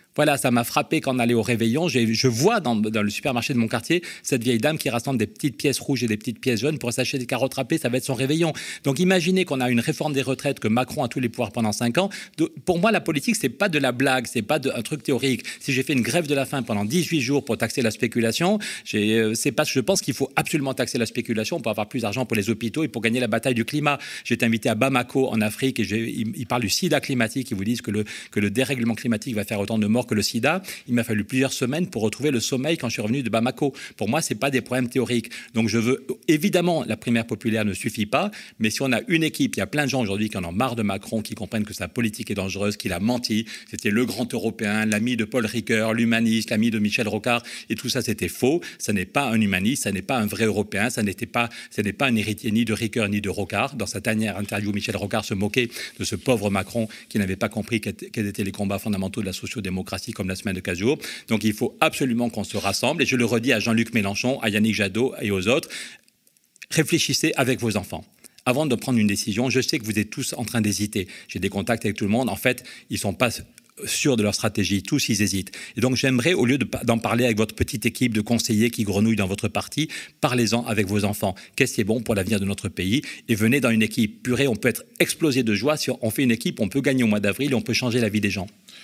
Voilà, ça m'a frappé quand on allait au réveillon. J'ai, je vois dans, dans le supermarché de mon quartier cette vieille dame qui rassemble des petites pièces rouges et des petites pièces jaunes pour s'acheter des carottes râpées. Ça va être son réveillon. Donc imaginez qu'on a une réforme des retraites, que Macron a tous les pouvoirs pendant cinq ans. De, pour moi, la politique, c'est pas de la blague, c'est pas de, un truc théorique. Si j'ai fait une grève de la faim pendant dix-huit jours pour taxer la spéculation, j'ai, euh, c'est parce que je pense qu'il faut absolument taxer la spéculation pour avoir plus d'argent pour les hôpitaux et pour gagner la bataille du climat. J'ai été invité à Bamako en Afrique et j'ai, ils, ils parlent du sida climatique. Ils vous disent que le, que le dérèglement climatique va faire autant de morts que le sida. Il m'a fallu plusieurs semaines pour retrouver le sommeil quand je suis revenu de Bamako. Pour moi, ce n'est pas des problèmes théoriques. Donc, je veux... Évidemment, la primaire populaire ne suffit pas, mais si on a une équipe, il y a plein de gens aujourd'hui qui en ont marre de Macron, qui comprennent que sa politique est dangereuse, qu'il a menti. C'était le grand Européen, l'ami de Paul Ricoeur, l'humaniste, l'ami de Michel Rocard, et tout ça, c'était faux. Ça n'est pas un humaniste, ça n'est pas un vrai Européen, ça n'était pas, ça n'est pas un héritier ni de Ricoeur ni de Rocard. Dans sa dernière interview, Michel Rocard se moquait de ce pauvre Macron qui n'avait pas compris quels étaient les combats fondamentaux de la sociodémocratie, comme la semaine de quinze jours. Donc il faut absolument qu'on se rassemble. Et je le redis à Jean-Luc Mélenchon, à Yannick Jadot et aux autres, réfléchissez avec vos enfants. Avant de prendre une décision, je sais que vous êtes tous en train d'hésiter. J'ai des contacts avec tout le monde. En fait, ils ne sont pas sûrs de leur stratégie. Tous, ils hésitent. Et donc j'aimerais, au lieu de, d'en parler avec votre petite équipe de conseillers qui grenouillent dans votre parti, parlez-en avec vos enfants. Qu'est-ce qui est bon pour l'avenir de notre pays? Et venez dans une équipe. Purée, on peut être explosé de joie. Si on fait une équipe, on peut gagner au mois d'avril et on peut changer la vie des gens.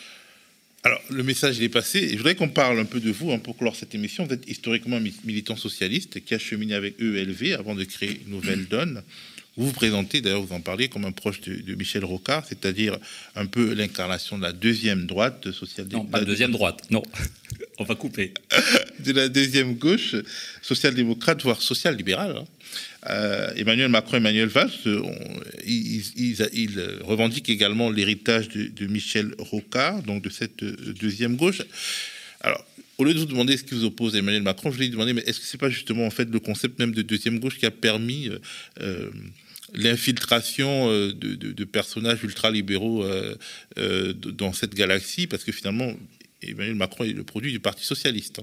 Alors, le message il est passé. Et je voudrais qu'on parle un peu de vous hein, pour clore cette émission. Vous êtes historiquement militant socialiste qui a cheminé avec E L V avant de créer une nouvelle donne. Vous vous présentez, d'ailleurs, vous en parlez comme un proche de, de Michel Rocard, c'est-à-dire un peu l'incarnation de la deuxième droite social-démocrate. Non, pas la deuxième droite, non. On va couper. De la deuxième gauche, social-démocrate, voire social-libérale. Hein. Euh, Emmanuel Macron et Emmanuel Valls, on, ils, ils, ils revendiquent également l'héritage de, de Michel Rocard, donc de cette deuxième gauche. Alors, au lieu de vous demander ce qui vous oppose à Emmanuel Macron, je vais lui demander, mais est-ce que c'est pas justement en fait le concept même de deuxième gauche qui a permis euh, l'infiltration euh, de, de, de personnages ultralibéraux euh, euh, dans cette galaxie, parce que finalement, Emmanuel Macron est le produit du Parti socialiste. Hein.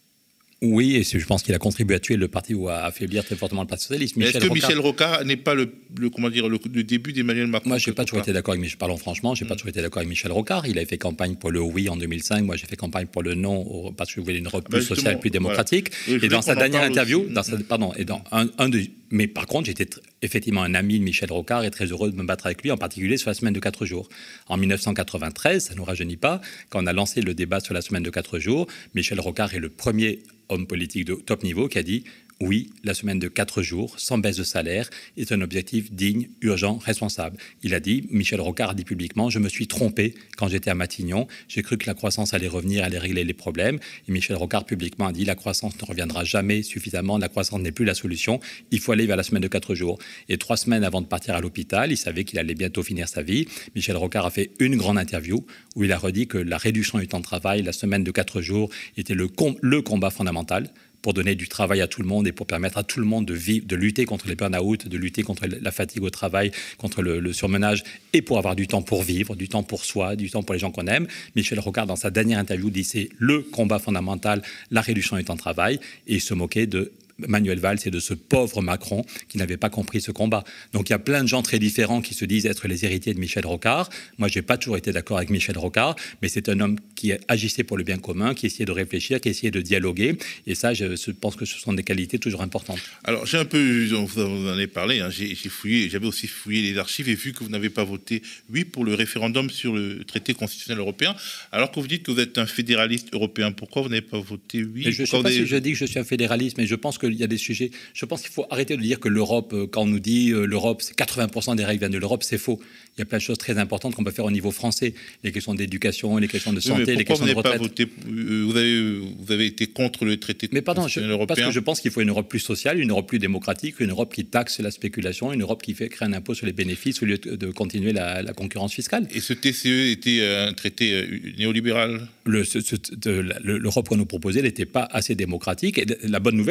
Oui, et je pense qu'il a contribué à tuer le parti ou à affaiblir très fortement le Parti socialiste. Mais est-ce que Rocard... Michel Rocard n'est pas le, le comment dire le, le début d'Emmanuel Macron? Moi, je n'ai pas toujours été d'accord avec Michel. Parlons franchement, j'ai mmh. pas toujours été d'accord avec Michel Rocard. Il a fait campagne pour le oui en deux mille cinq. Moi, j'ai fait campagne pour le non parce que je voulais une Europe plus bah sociale, plus démocratique. Voilà. Oui, et dans sa dernière interview, dans sa, pardon, et dans un, un de, mais par contre, j'étais tr- effectivement un ami de Michel Rocard et très heureux de me battre avec lui, en particulier sur la semaine de quatre jours. En dix-neuf cent quatre-vingt-treize, ça ne nous rajeunit pas, quand on a lancé le débat sur la semaine de quatre jours, Michel Rocard est le premier homme politique de top niveau qui a dit « Oui, la semaine de quatre jours, sans baisse de salaire, est un objectif digne, urgent, responsable. » Il a dit, Michel Rocard a dit publiquement « Je me suis trompé quand j'étais à Matignon. J'ai cru que la croissance allait revenir, allait régler les problèmes. » Et Michel Rocard publiquement a dit « La croissance ne reviendra jamais suffisamment. La croissance n'est plus la solution. Il faut aller vers la semaine de quatre jours. » Et trois semaines avant de partir à l'hôpital, il savait qu'il allait bientôt finir sa vie. Michel Rocard a fait une grande interview où il a redit que la réduction du temps de travail, la semaine de quatre jours, était le, com- le combat fondamental pour donner du travail à tout le monde et pour permettre à tout le monde de vivre, de lutter contre les burn-out, de lutter contre la fatigue au travail, contre le, le surmenage, et pour avoir du temps pour vivre, du temps pour soi, du temps pour les gens qu'on aime. Michel Rocard, dans sa dernière interview, dit c'est le combat fondamental, la réduction du temps de travail, et il se moquait de Manuel Valls et de ce pauvre Macron qui n'avait pas compris ce combat. Donc il y a plein de gens très différents qui se disent être les héritiers de Michel Rocard. Moi, je n'ai pas toujours été d'accord avec Michel Rocard, mais c'est un homme qui agissait pour le bien commun, qui essayait de réfléchir, qui essayait de dialoguer. Et ça, je pense que ce sont des qualités toujours importantes. Alors, j'ai un peu, vous en avez parlé, hein, j'ai, j'ai fouillé, j'avais aussi fouillé les archives et vu que vous n'avez pas voté oui pour le référendum sur le traité constitutionnel européen, alors que vous dites que vous êtes un fédéraliste européen, pourquoi vous n'avez pas voté oui? Je ne sais pas avez... si je dis que je suis un fédéraliste, mais je pense qu'il y a des sujets. Je pense qu'il faut arrêter de dire que l'Europe, quand on nous dit euh, l'Europe, c'est quatre-vingts pour cent des règles viennent de l'Europe, c'est faux. Il y a plein de choses très importantes qu'on peut faire au niveau français. Les questions d'éducation, les questions de santé, oui, les questions de retraite. Pas voté, vous, avez, vous avez été contre le traité mais pardon, constitutionnel je, européen. Parce que je pense qu'il faut une Europe plus sociale, une Europe plus démocratique, une Europe qui taxe la spéculation, une Europe qui fait créer un impôt sur les bénéfices au lieu de, de continuer la, la concurrence fiscale. Et ce T C E était un traité néolibéral? le, ce, ce, de, le, L'Europe qu'on nous proposait n'était pas assez démocratique. Et la bonne nouvelle, c'est que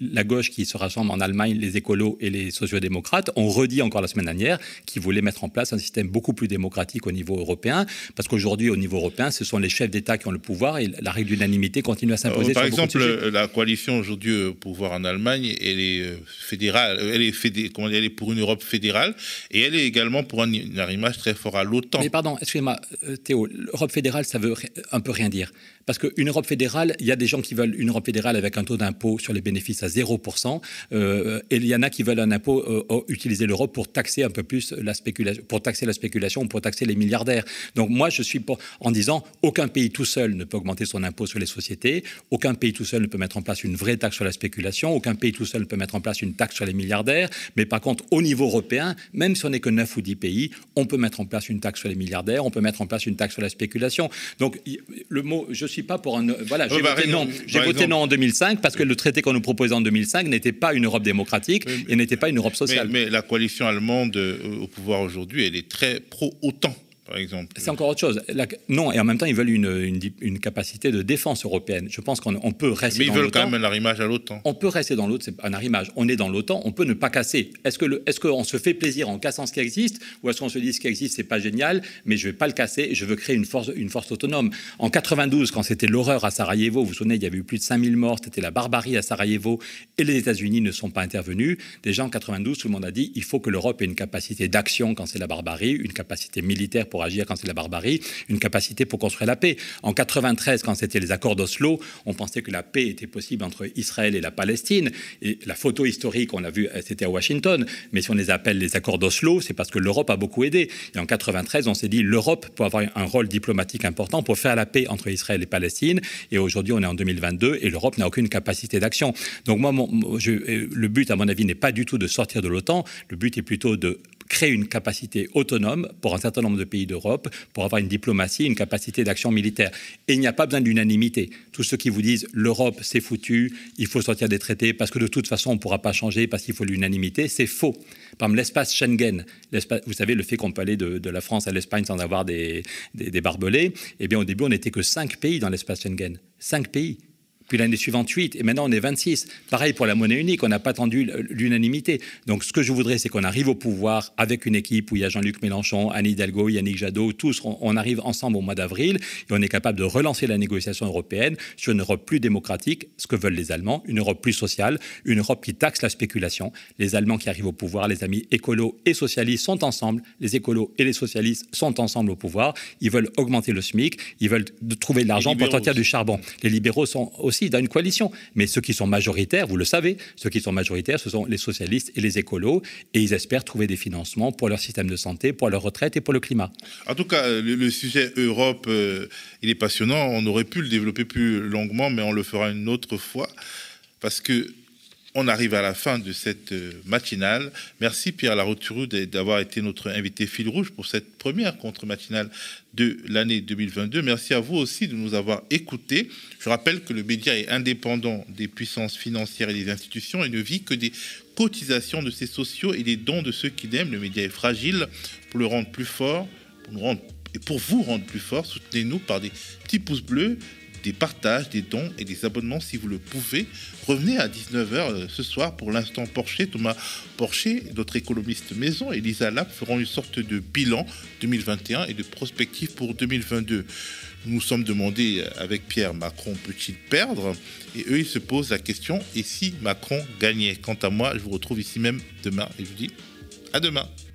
la gauche qui se rassemble en Allemagne, les écolos et les sociodémocrates, ont redit encore la semaine dernière qu'ils voulaient mettre en place un système beaucoup plus démocratique au niveau européen, parce qu'aujourd'hui, au niveau européen, ce sont les chefs d'État qui ont le pouvoir et la règle d'unanimité continue à s'imposer. Euh, par sur exemple, beaucoup de sujets. la coalition aujourd'hui au pouvoir en Allemagne, elle est fédérale, elle est, fédé, comment dire, elle est pour une Europe fédérale et elle est également pour un, un arrimage très fort à l'OTAN. Mais pardon, excusez-moi, Théo, l'Europe fédérale, ça veut un peu rien dire. Parce qu'une Europe fédérale, il y a des gens qui veulent une Europe fédérale avec un taux d'impôt sur les bénéfices à zéro pour cent, euh, et il y en a qui veulent un impôt, euh, utiliser l'Europe pour taxer un peu plus la spéculation, pour taxer la spéculation, pour taxer les milliardaires. Donc moi, je suis pour, en disant, aucun pays tout seul ne peut augmenter son impôt sur les sociétés, aucun pays tout seul ne peut mettre en place une vraie taxe sur la spéculation, aucun pays tout seul ne peut mettre en place une taxe sur les milliardaires, mais par contre, au niveau européen, même si on n'est que neuf ou dix pays, on peut mettre en place une taxe sur les milliardaires, on peut mettre en place une taxe sur la spéculation. Donc le mot, je suis pas pour un... Voilà, j'ai bah, voté non, j'ai voté exemple, non en deux mille cinq parce que le traité qu'on nous proposait en deux mille cinq n'était pas une Europe démocratique euh, et n'était pas une Europe sociale. Mais, mais la coalition allemande euh, au pouvoir aujourd'hui, elle est très pro-OTAN. Par exemple. C'est encore autre chose. La, non, et en même temps, ils veulent une, une, une capacité de défense européenne. Je pense qu'on on peut rester Mais ils dans veulent l'OTAN. quand même un arrimage à l'OTAN. On peut rester dans l'OTAN, c'est un arrimage. On est dans l'OTAN, on peut ne pas casser. Est-ce que le, est-ce qu'on se fait plaisir en cassant ce qui existe, ou est-ce qu'on se dit ce qui existe, c'est pas génial, mais je vais pas le casser, je veux créer une force, une force autonome. En quatre-vingt-douze, quand c'était l'horreur à Sarajevo, vous vous souvenez, il y avait eu plus de cinq mille morts, c'était la barbarie à Sarajevo, et les États-Unis ne sont pas intervenus. Déjà en quatre-vingt-douze, tout le monde a dit il faut que l'Europe ait une capacité d'action quand c'est la barbarie, une capacité militaire pour agir quand c'est la barbarie, une capacité pour construire la paix. En quatre-vingt-treize, quand c'était les accords d'Oslo, on pensait que la paix était possible entre Israël et la Palestine. Et la photo historique, on l'a vu, c'était à Washington. Mais si on les appelle les accords d'Oslo, c'est parce que l'Europe a beaucoup aidé. Et en quatre-vingt-treize, on s'est dit l'Europe peut avoir un rôle diplomatique important pour faire la paix entre Israël et Palestine. Et aujourd'hui, on est en deux mille vingt-deux et l'Europe n'a aucune capacité d'action. Donc moi, mon, je, le but, à mon avis, n'est pas du tout de sortir de l'OTAN. Le but est plutôt de créer une capacité autonome pour un certain nombre de pays d'Europe, pour avoir une diplomatie, une capacité d'action militaire. Et il n'y a pas besoin d'unanimité. Tous ceux qui vous disent l'Europe, c'est foutu, il faut sortir des traités parce que de toute façon, on ne pourra pas changer parce qu'il faut l'unanimité, c'est faux. Par exemple, l'espace Schengen, l'espace, vous savez, le fait qu'on peut aller de, de la France à l'Espagne sans avoir des, des, des barbelés, eh bien, au début, on n'était que cinq pays dans l'espace Schengen. Cinq pays. Puis l'année suivante, huit, et maintenant on est vingt-six. Pareil pour la monnaie unique, on n'a pas attendu l'unanimité. Donc ce que je voudrais, c'est qu'on arrive au pouvoir avec une équipe où il y a Jean-Luc Mélenchon, Anne Hidalgo, Yannick Jadot, tous, on, on arrive ensemble au mois d'avril et on est capable de relancer la négociation européenne sur une Europe plus démocratique, ce que veulent les Allemands, une Europe plus sociale, une Europe qui taxe la spéculation. Les Allemands qui arrivent au pouvoir, les amis écolos et socialistes sont ensemble, les écolos et les socialistes sont ensemble au pouvoir, ils veulent augmenter le SMIC, ils veulent trouver de l'argent pour sortir du charbon. Les libéraux sont aussi dans une coalition. Mais ceux qui sont majoritaires, vous le savez, ceux qui sont majoritaires, ce sont les socialistes et les écolos, et ils espèrent trouver des financements pour leur système de santé, pour leur retraite et pour le climat. En tout cas, le, le sujet Europe, euh, il est passionnant. On aurait pu le développer plus longuement, mais on le fera une autre fois, parce que on arrive à la fin de cette matinale. Merci Pierre Larouturou d'avoir été notre invité fil rouge pour cette première contre-matinale de l'année deux mille vingt-deux. Merci à vous aussi de nous avoir écoutés. Je rappelle que le média est indépendant des puissances financières et des institutions et ne vit que des cotisations de ses sociaux et des dons de ceux qui l'aiment. Le média est fragile. Pour le rendre plus fort, pour nous rendre, et pour vous rendre plus fort, soutenez-nous par des petits pouces bleus, des partages, des dons et des abonnements si vous le pouvez. Revenez à dix-neuf heures ce soir pour l'instant Porcher. Thomas Porcher, notre économiste maison, et Lisa Lapp feront une sorte de bilan deux mille vingt et un et de prospective pour deux mille vingt-deux. Nous nous sommes demandé avec Pierre, Macron peut-il perdre? Et eux, ils se posent la question, et si Macron gagnait? Quant à moi, je vous retrouve ici même demain et je vous dis à demain.